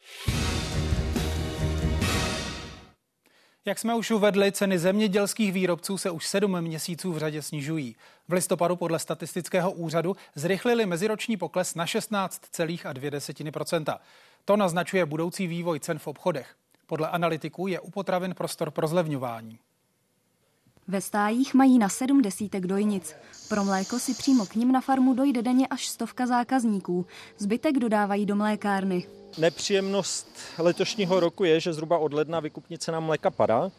Jak jsme už uvedli, ceny zemědělských výrobců se už 7 měsíců v řadě snižují. V listopadu podle statistického úřadu zrychlili meziroční pokles na 16,2%. To naznačuje budoucí vývoj cen v obchodech. Podle analytiků je u potravin prostor pro zlevňování. Ve stájích mají na 7 desítek dojnic. Pro mléko si přímo k nim na farmu dojde denně až 100 zákazníků. Zbytek dodávají do mlékárny. Nepříjemnost letošního roku je, že zhruba od ledna výkupní cena mléka padá.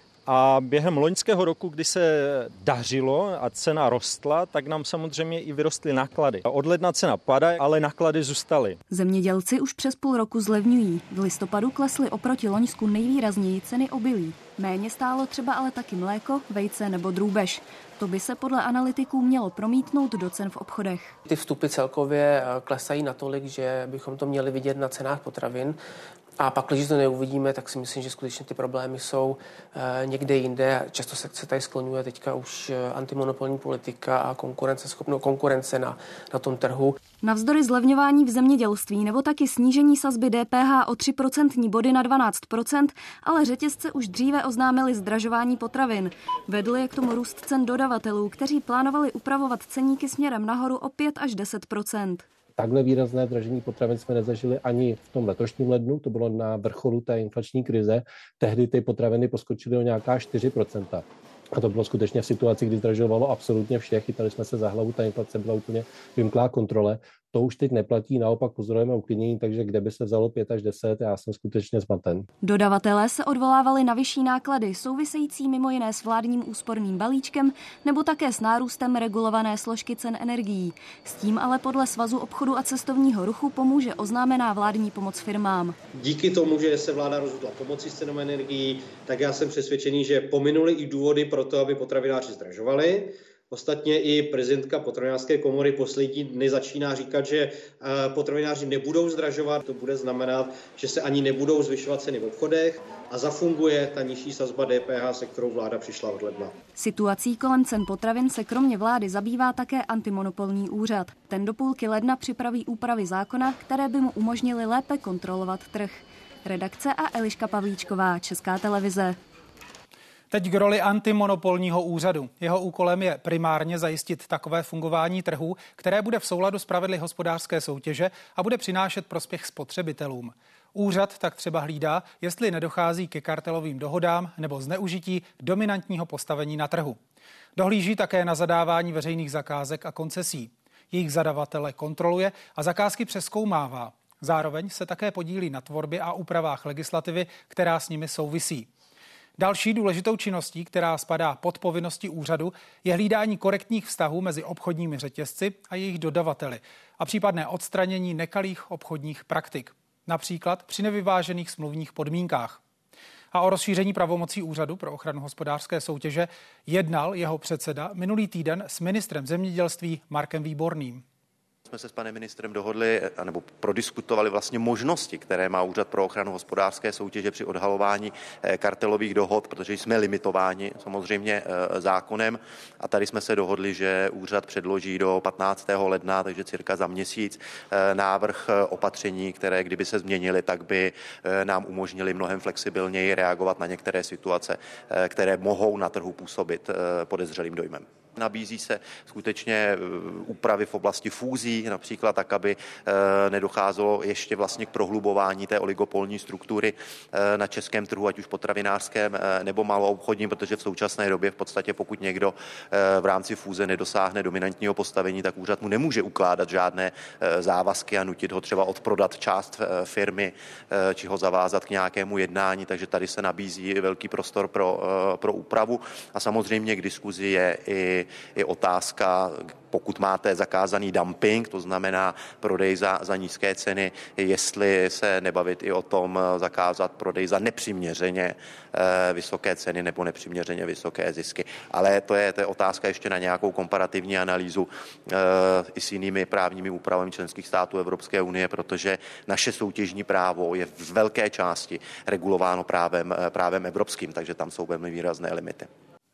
A během loňského roku, kdy se dařilo a cena rostla, tak nám samozřejmě i vyrostly náklady. Od ledna cena padá, ale náklady zůstaly. Zemědělci už přes půl roku zlevňují. V listopadu klesly oproti loňsku nejvýrazněji ceny obilí. Méně stálo třeba ale taky mléko, vejce nebo drůbež. To by se podle analytiků mělo promítnout do cen v obchodech. Ty vstupy celkově klesají natolik, že bychom to měli vidět na cenách potravin. A pak, když to neuvidíme, tak si myslím, že skutečně ty problémy jsou někde jinde. Často se tady skloňuje teďka už antimonopolní politika a konkurence na tom trhu. Navzdory zlevňování v zemědělství nebo taky snížení sazby DPH o 3% body na 12%, ale řetězce už dříve oznámili zdražování potravin. Vedl je k tomu růst cen dodavatelů, kteří plánovali upravovat ceníky směrem nahoru o 5 až 10%. Takhle výrazné dražení potravin jsme nezažili ani v tom letošním lednu, to bylo na vrcholu té inflační krize. Tehdy ty potraviny poskočily o nějaká 4%. A to bylo skutečně v situaci, kdy zdražovalo absolutně vše, chytali jsme se za hlavu, ta inflace byla úplně vymklá kontrole. To už teď neplatí, naopak pozorujeme uklidnění, takže kde by se vzalo 5 až 10, já jsem skutečně zmaten. Dodavatelé se odvolávali na vyšší náklady, související mimo jiné s vládním úsporným balíčkem nebo také s nárůstem regulované složky cen energií. S tím ale podle Svazu obchodu a cestovního ruchu pomůže oznámená vládní pomoc firmám. Díky tomu, že se vláda rozhodla pomoci s cenami energií, tak já jsem přesvědčený, že pominuli i důvody pro to, aby potravináři zdražovali. Ostatně i prezidentka potravinářské komory poslední dny začíná říkat, že potravináři nebudou zdražovat. To bude znamenat, že se ani nebudou zvyšovat ceny v obchodech a zafunguje ta nižší sazba DPH, se kterou vláda přišla od ledna. Situací kolem cen potravin se kromě vlády zabývá také antimonopolní úřad. Ten do půlky ledna připraví úpravy zákona, které by mu umožnily lépe kontrolovat trh. Redakce a Eliška Pavlíčková, Česká televize. Teď k roli antimonopolního úřadu. Jeho úkolem je primárně zajistit takové fungování trhu, které bude v souladu s pravidly hospodářské soutěže a bude přinášet prospěch spotřebitelům. Úřad tak třeba hlídá, jestli nedochází ke kartelovým dohodám nebo zneužití dominantního postavení na trhu. Dohlíží také na zadávání veřejných zakázek a koncesí. Jejich zadavatele kontroluje a zakázky přezkoumává. Zároveň se také podílí na tvorbě a úpravách legislativy, která s nimi souvisí. Další důležitou činností, která spadá pod povinnosti úřadu, je hlídání korektních vztahů mezi obchodními řetězci a jejich dodavateli a případné odstranění nekalých obchodních praktik, například při nevyvážených smluvních podmínkách. A o rozšíření pravomocí úřadu pro ochranu hospodářské soutěže jednal jeho předseda minulý týden s ministrem zemědělství Markem Výborným. Jsme se s panem ministrem dohodli nebo prodiskutovali vlastně možnosti, které má Úřad pro ochranu hospodářské soutěže při odhalování kartelových dohod, protože jsme limitováni samozřejmě zákonem a tady jsme se dohodli, že úřad předloží do 15. ledna, takže cirka za měsíc, návrh opatření, které kdyby se změnily, tak by nám umožnili mnohem flexibilněji reagovat na některé situace, které mohou na trhu působit podezřelým dojmem. Nabízí se skutečně úpravy v oblasti fúzí, například tak, aby nedocházelo ještě vlastně k prohlubování té oligopolní struktury na českém trhu, ať už potravinářském nebo maloobchodním, protože v současné době v podstatě pokud někdo v rámci fúze nedosáhne dominantního postavení, tak úřad mu nemůže ukládat žádné závazky a nutit ho třeba odprodat část firmy či ho zavázat k nějakému jednání, takže tady se nabízí velký prostor pro úpravu a samozřejmě k diskuzi je i otázka, pokud máte zakázaný dumping, to znamená prodej za nízké ceny, jestli se nebavit i o tom zakázat prodej za nepřiměřeně vysoké ceny nebo nepřiměřeně vysoké zisky. Ale to je otázka ještě na nějakou komparativní analýzu i s jinými právními úpravami členských států Evropské unie, protože naše soutěžní právo je v velké části regulováno právem evropským, takže tam jsou velmi výrazné limity.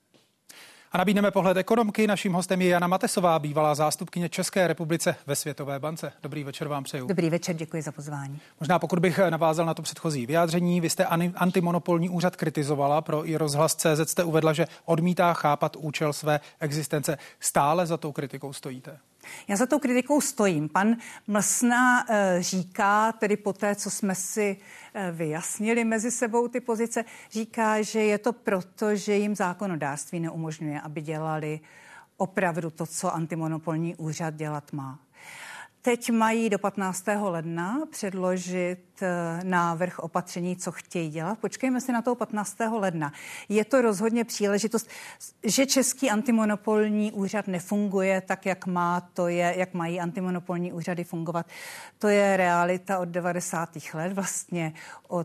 A nabídneme pohled ekonomky. Naším hostem je Jana Matesová, bývalá zástupkyně České republice ve Světové bance. Dobrý večer vám přeju. Dobrý večer, děkuji za pozvání. Možná pokud bych navázal na to předchozí vyjádření, vy jste antimonopolní úřad kritizovala, pro iRozhlas.cz jste uvedla, že odmítá chápat účel své existence. Stále za tou kritikou stojíte? Já za tou kritikou stojím. Pan Mlsna říká, tedy po té, co jsme si vyjasnili mezi sebou ty pozice, říká, že je to proto, že jim zákonodárství neumožňuje, aby dělali opravdu to, co antimonopolní úřad dělat má. Teď mají do 15. ledna předložit návrh opatření, co chtějí dělat. Počkejme si na toho 15. ledna. Je to rozhodně příležitost, že Český antimonopolní úřad nefunguje tak, jak má, to je, jak mají antimonopolní úřady fungovat. To je realita od 90. let, vlastně od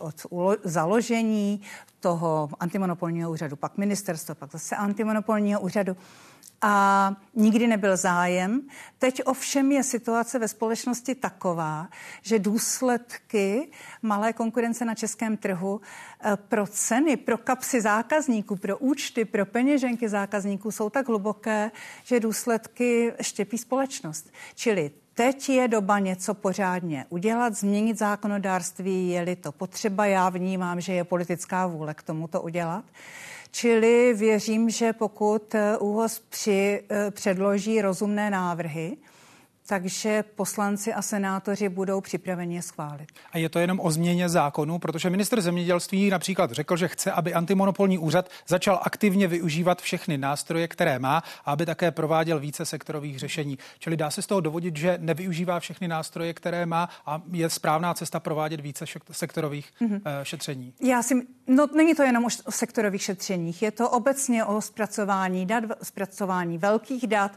založení toho antimonopolního úřadu, pak ministerstvo, pak zase antimonopolního úřadu. A nikdy nebyl zájem. Teď ovšem je situace ve společnosti taková, že důsledky malé konkurence na českém trhu pro ceny, pro kapsy zákazníků, pro účty, pro peněženky zákazníků jsou tak hluboké, že důsledky štěpí společnost. Čili teď je doba něco pořádně udělat, změnit zákonodárství, je-li to potřeba. Já vnímám, že je politická vůle k tomu to udělat. Čili věřím, že pokud ÚOHS předloží rozumné návrhy, takže poslanci a senátoři budou připraveni je schválit. A je to jenom o změně zákonů, protože ministr zemědělství například řekl, že chce, aby antimonopolní úřad začal aktivně využívat všechny nástroje, které má, a aby také prováděl více sektorových řešení. Čili dá se z toho dovodit, že nevyužívá všechny nástroje, které má, a je správná cesta provádět více sektorových šetření. Není to jenom o sektorových šetřeních, je to obecně o zpracování dat, zpracování velkých dat.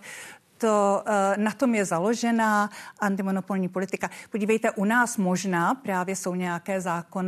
Na tom je antimonopolní politika. Podívejte, u nás možná právě jsou nějaké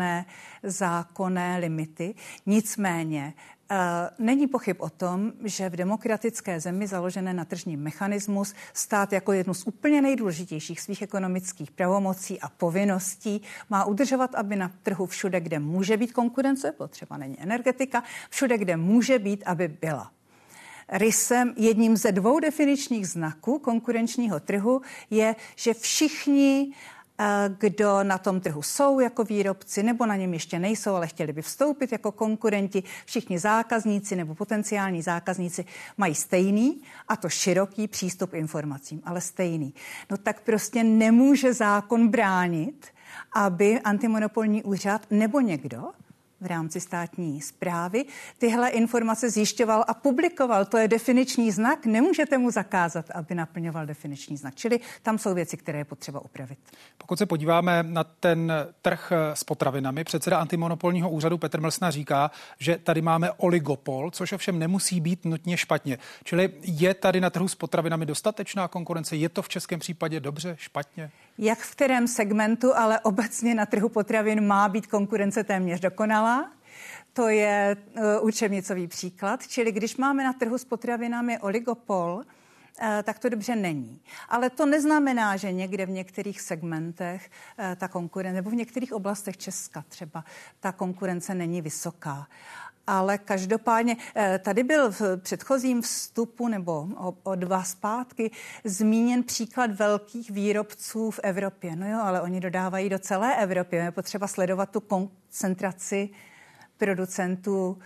zákonné limity, nicméně není pochyb o tom, že v demokratické zemi založené na tržním mechanismus stát jako jednu z úplně nejdůležitějších svých ekonomických pravomocí a povinností má udržovat, aby na trhu všude, kde může být konkurence, potřeba není energetika, všude, kde může být, aby byla. Rysem jedním ze dvou definičních znaků konkurenčního trhu je, že všichni, kdo na tom trhu jsou jako výrobci nebo na něm ještě nejsou, ale chtěli by vstoupit jako konkurenti, všichni zákazníci nebo potenciální zákazníci mají stejný, a to široký přístup k informacím, ale stejný. No tak prostě nemůže zákon bránit, aby antimonopolní úřad nebo někdo v rámci státní správy tyhle informace zjišťoval a publikoval. To je definiční znak. Nemůžete mu zakázat, aby naplňoval definiční znak. Čili tam jsou věci, které je potřeba upravit. Pokud se podíváme na ten trh s potravinami, předseda antimonopolního úřadu Petr Mlsna říká, že tady máme oligopol, což ovšem nemusí být nutně špatně. Čili je tady na trhu s potravinami dostatečná konkurence? Je to v českém případě dobře, špatně? Jak v kterém segmentu, ale obecně na trhu potravin má být konkurence téměř dokonalá. To je učebnicový příklad. Čili když máme na trhu s potravinami oligopol, tak to dobře není. Ale to neznamená, že někde v některých segmentech ta konkurence, nebo v některých oblastech Česka třeba, ta konkurence není vysoká. Ale každopádně tady byl v předchozím vstupu nebo o dva zpátky zmíněn příklad velkých výrobců v Evropě. No jo, ale oni dodávají do celé Evropy. Je potřeba sledovat tu koncentraci producentů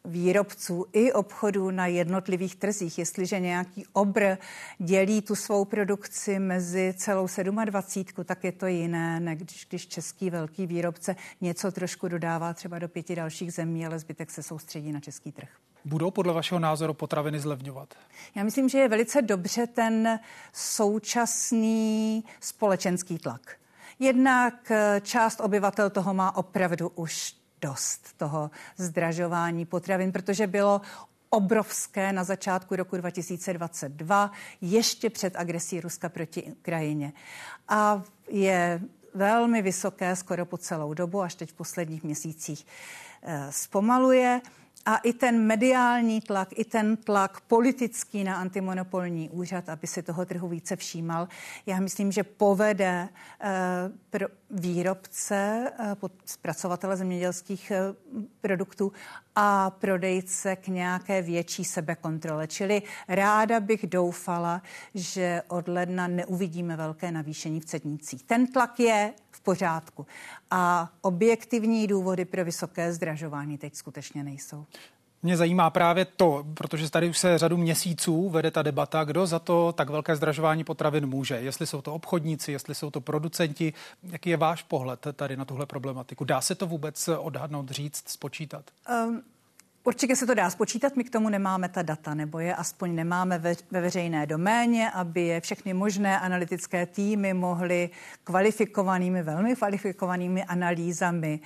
výrobců i obchodů na jednotlivých trzích. Jestliže nějaký obr dělí tu svou produkci mezi celou 27, tak je to jiné, než když český velký výrobce něco trošku dodává třeba do 5 dalších zemí, ale zbytek se soustředí na český trh. Budou podle vašeho názoru potraviny zlevňovat? Já myslím, že je velice dobře ten současný společenský tlak. Jednak část obyvatel toho má opravdu už dost, toho zdražování potravin, protože bylo obrovské na začátku roku 2022, ještě před agresí Ruska proti Ukrajině. A je velmi vysoké skoro po celou dobu, až teď v posledních měsících zpomaluje. A i ten mediální tlak, i ten tlak politický na antimonopolní úřad, aby si toho trhu více všímal, já myslím, že povede pro výrobce, zpracovatele zemědělských produktů a prodejce k nějaké větší sebekontrole. Čili ráda bych doufala, že od ledna neuvidíme velké navýšení v cednících. Ten tlak je v pořádku a objektivní důvody pro vysoké zdražování teď skutečně nejsou. Mě zajímá právě to, protože tady už se řadu měsíců vede ta debata, kdo za to tak velké zdražování potravin může. Jestli jsou to obchodníci, jestli jsou to producenti. Jaký je váš pohled tady na tuhle problematiku? Dá se to vůbec odhadnout, říct, spočítat? Určitě se to dá spočítat, my k tomu nemáme ta data, nebo je aspoň nemáme ve veřejné doméně, aby je všechny možné analytické týmy mohly velmi kvalifikovanými analýzami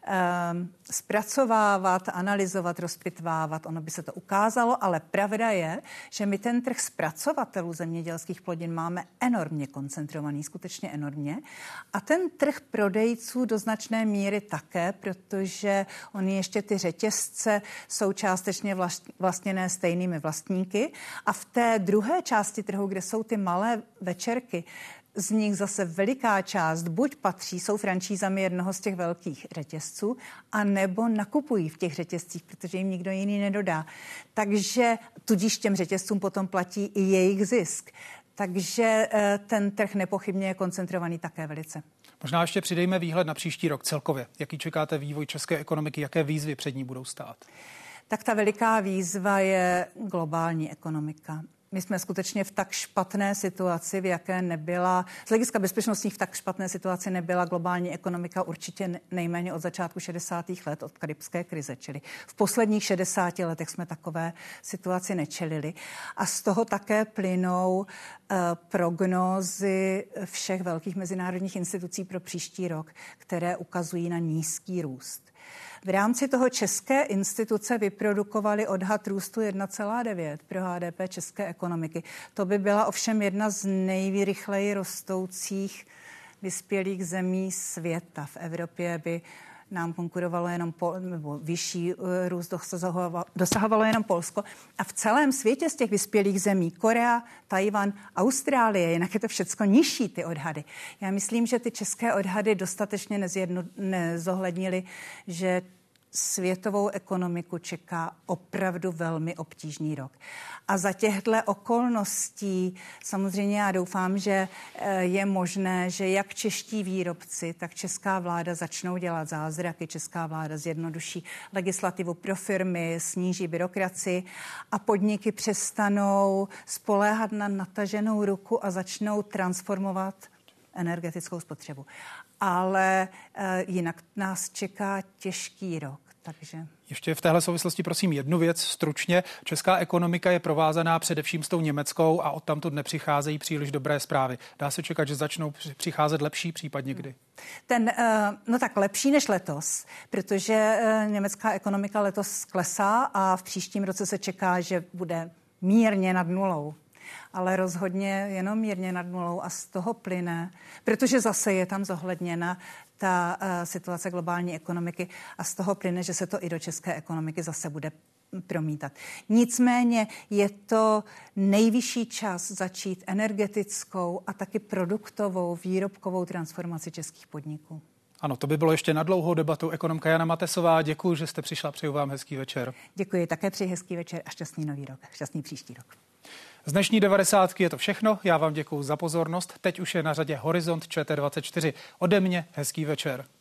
zpracovávat, analyzovat, rozpitvávat. Ono by se to ukázalo, ale pravda je, že my ten trh zpracovatelů zemědělských plodin máme enormně koncentrovaný, skutečně enormně. A ten trh prodejců do značné míry také, protože oni ještě ty řetězce jsou částečně vlastněné stejnými vlastníky. A v té druhé části trhu, kde jsou ty malé večerky, z nich zase veliká část buď jsou franšízami jednoho z těch velkých řetězců, a nebo nakupují v těch řetězcích, protože jim nikdo jiný nedodá. Takže tudíž těm řetězcům potom platí i jejich zisk. Takže ten trh nepochybně je koncentrovaný také velice. Možná ještě přidejme výhled na příští rok celkově. Jaký čekáte vývoj české ekonomiky, jaké výzvy před ní budou stát? Tak ta veliká výzva je globální ekonomika. My jsme skutečně v tak špatné situaci, v jaké nebyla, z hlediska bezpečnostních v tak špatné situaci nebyla globální ekonomika určitě nejméně od začátku 60. let, od karibské krize. Čili v posledních 60 letech jsme takové situaci nečelili. A z toho také plynou prognózy všech velkých mezinárodních institucí pro příští rok, které ukazují na nízký růst. V rámci toho české instituce vyprodukovaly odhad růstu 1,9 pro HDP české ekonomiky. To by byla ovšem jedna z nejrychleji rostoucích vyspělých zemí světa. V Evropě by nám konkurovalo jenom nebo vyšší růst dosahovalo jenom Polsko. A v celém světě z těch vyspělých zemí Korea, Tajvan, Austrálie, jinak je to všecko nižší ty odhady. Já myslím, že ty české odhady dostatečně nezohlednily, že světovou ekonomiku čeká opravdu velmi obtížný rok. A za těchto okolností samozřejmě já doufám, že je možné, že jak čeští výrobci, tak česká vláda začnou dělat zázraky. Česká vláda zjednoduší legislativu pro firmy, sníží byrokracii a podniky přestanou spoléhat na nataženou ruku a začnou transformovat energetickou spotřebu. Ale jinak nás čeká těžký rok. Takže. Ještě v téhle souvislosti prosím jednu věc stručně. Česká ekonomika je provázaná především s tou německou a odtamtud nepřicházejí příliš dobré zprávy. Dá se čekat, že začnou přicházet lepší, případně kdy? No tak lepší než letos, protože německá ekonomika letos klesá a v příštím roce se čeká, že bude mírně nad nulou. Ale rozhodně jenom mírně nad nulou a z toho plyne, protože zase je tam zohledněna ta situace globální ekonomiky a z toho plyne, že se to i do české ekonomiky zase bude promítat. Nicméně je to nejvyšší čas začít energetickou a taky produktovou, výrobkovou transformaci českých podniků. Ano, to by bylo ještě na dlouhou debatu. Ekonomka Jana Matesová, děkuji, že jste přišla, přeju vám hezký večer. Děkuji, také přeji hezký večer a šťastný nový rok, šťastný příští rok. Z dnešní 90 je to všechno, já vám děkuji za pozornost. Teď už je na řadě Horizont ČT24. Ode mě hezký večer.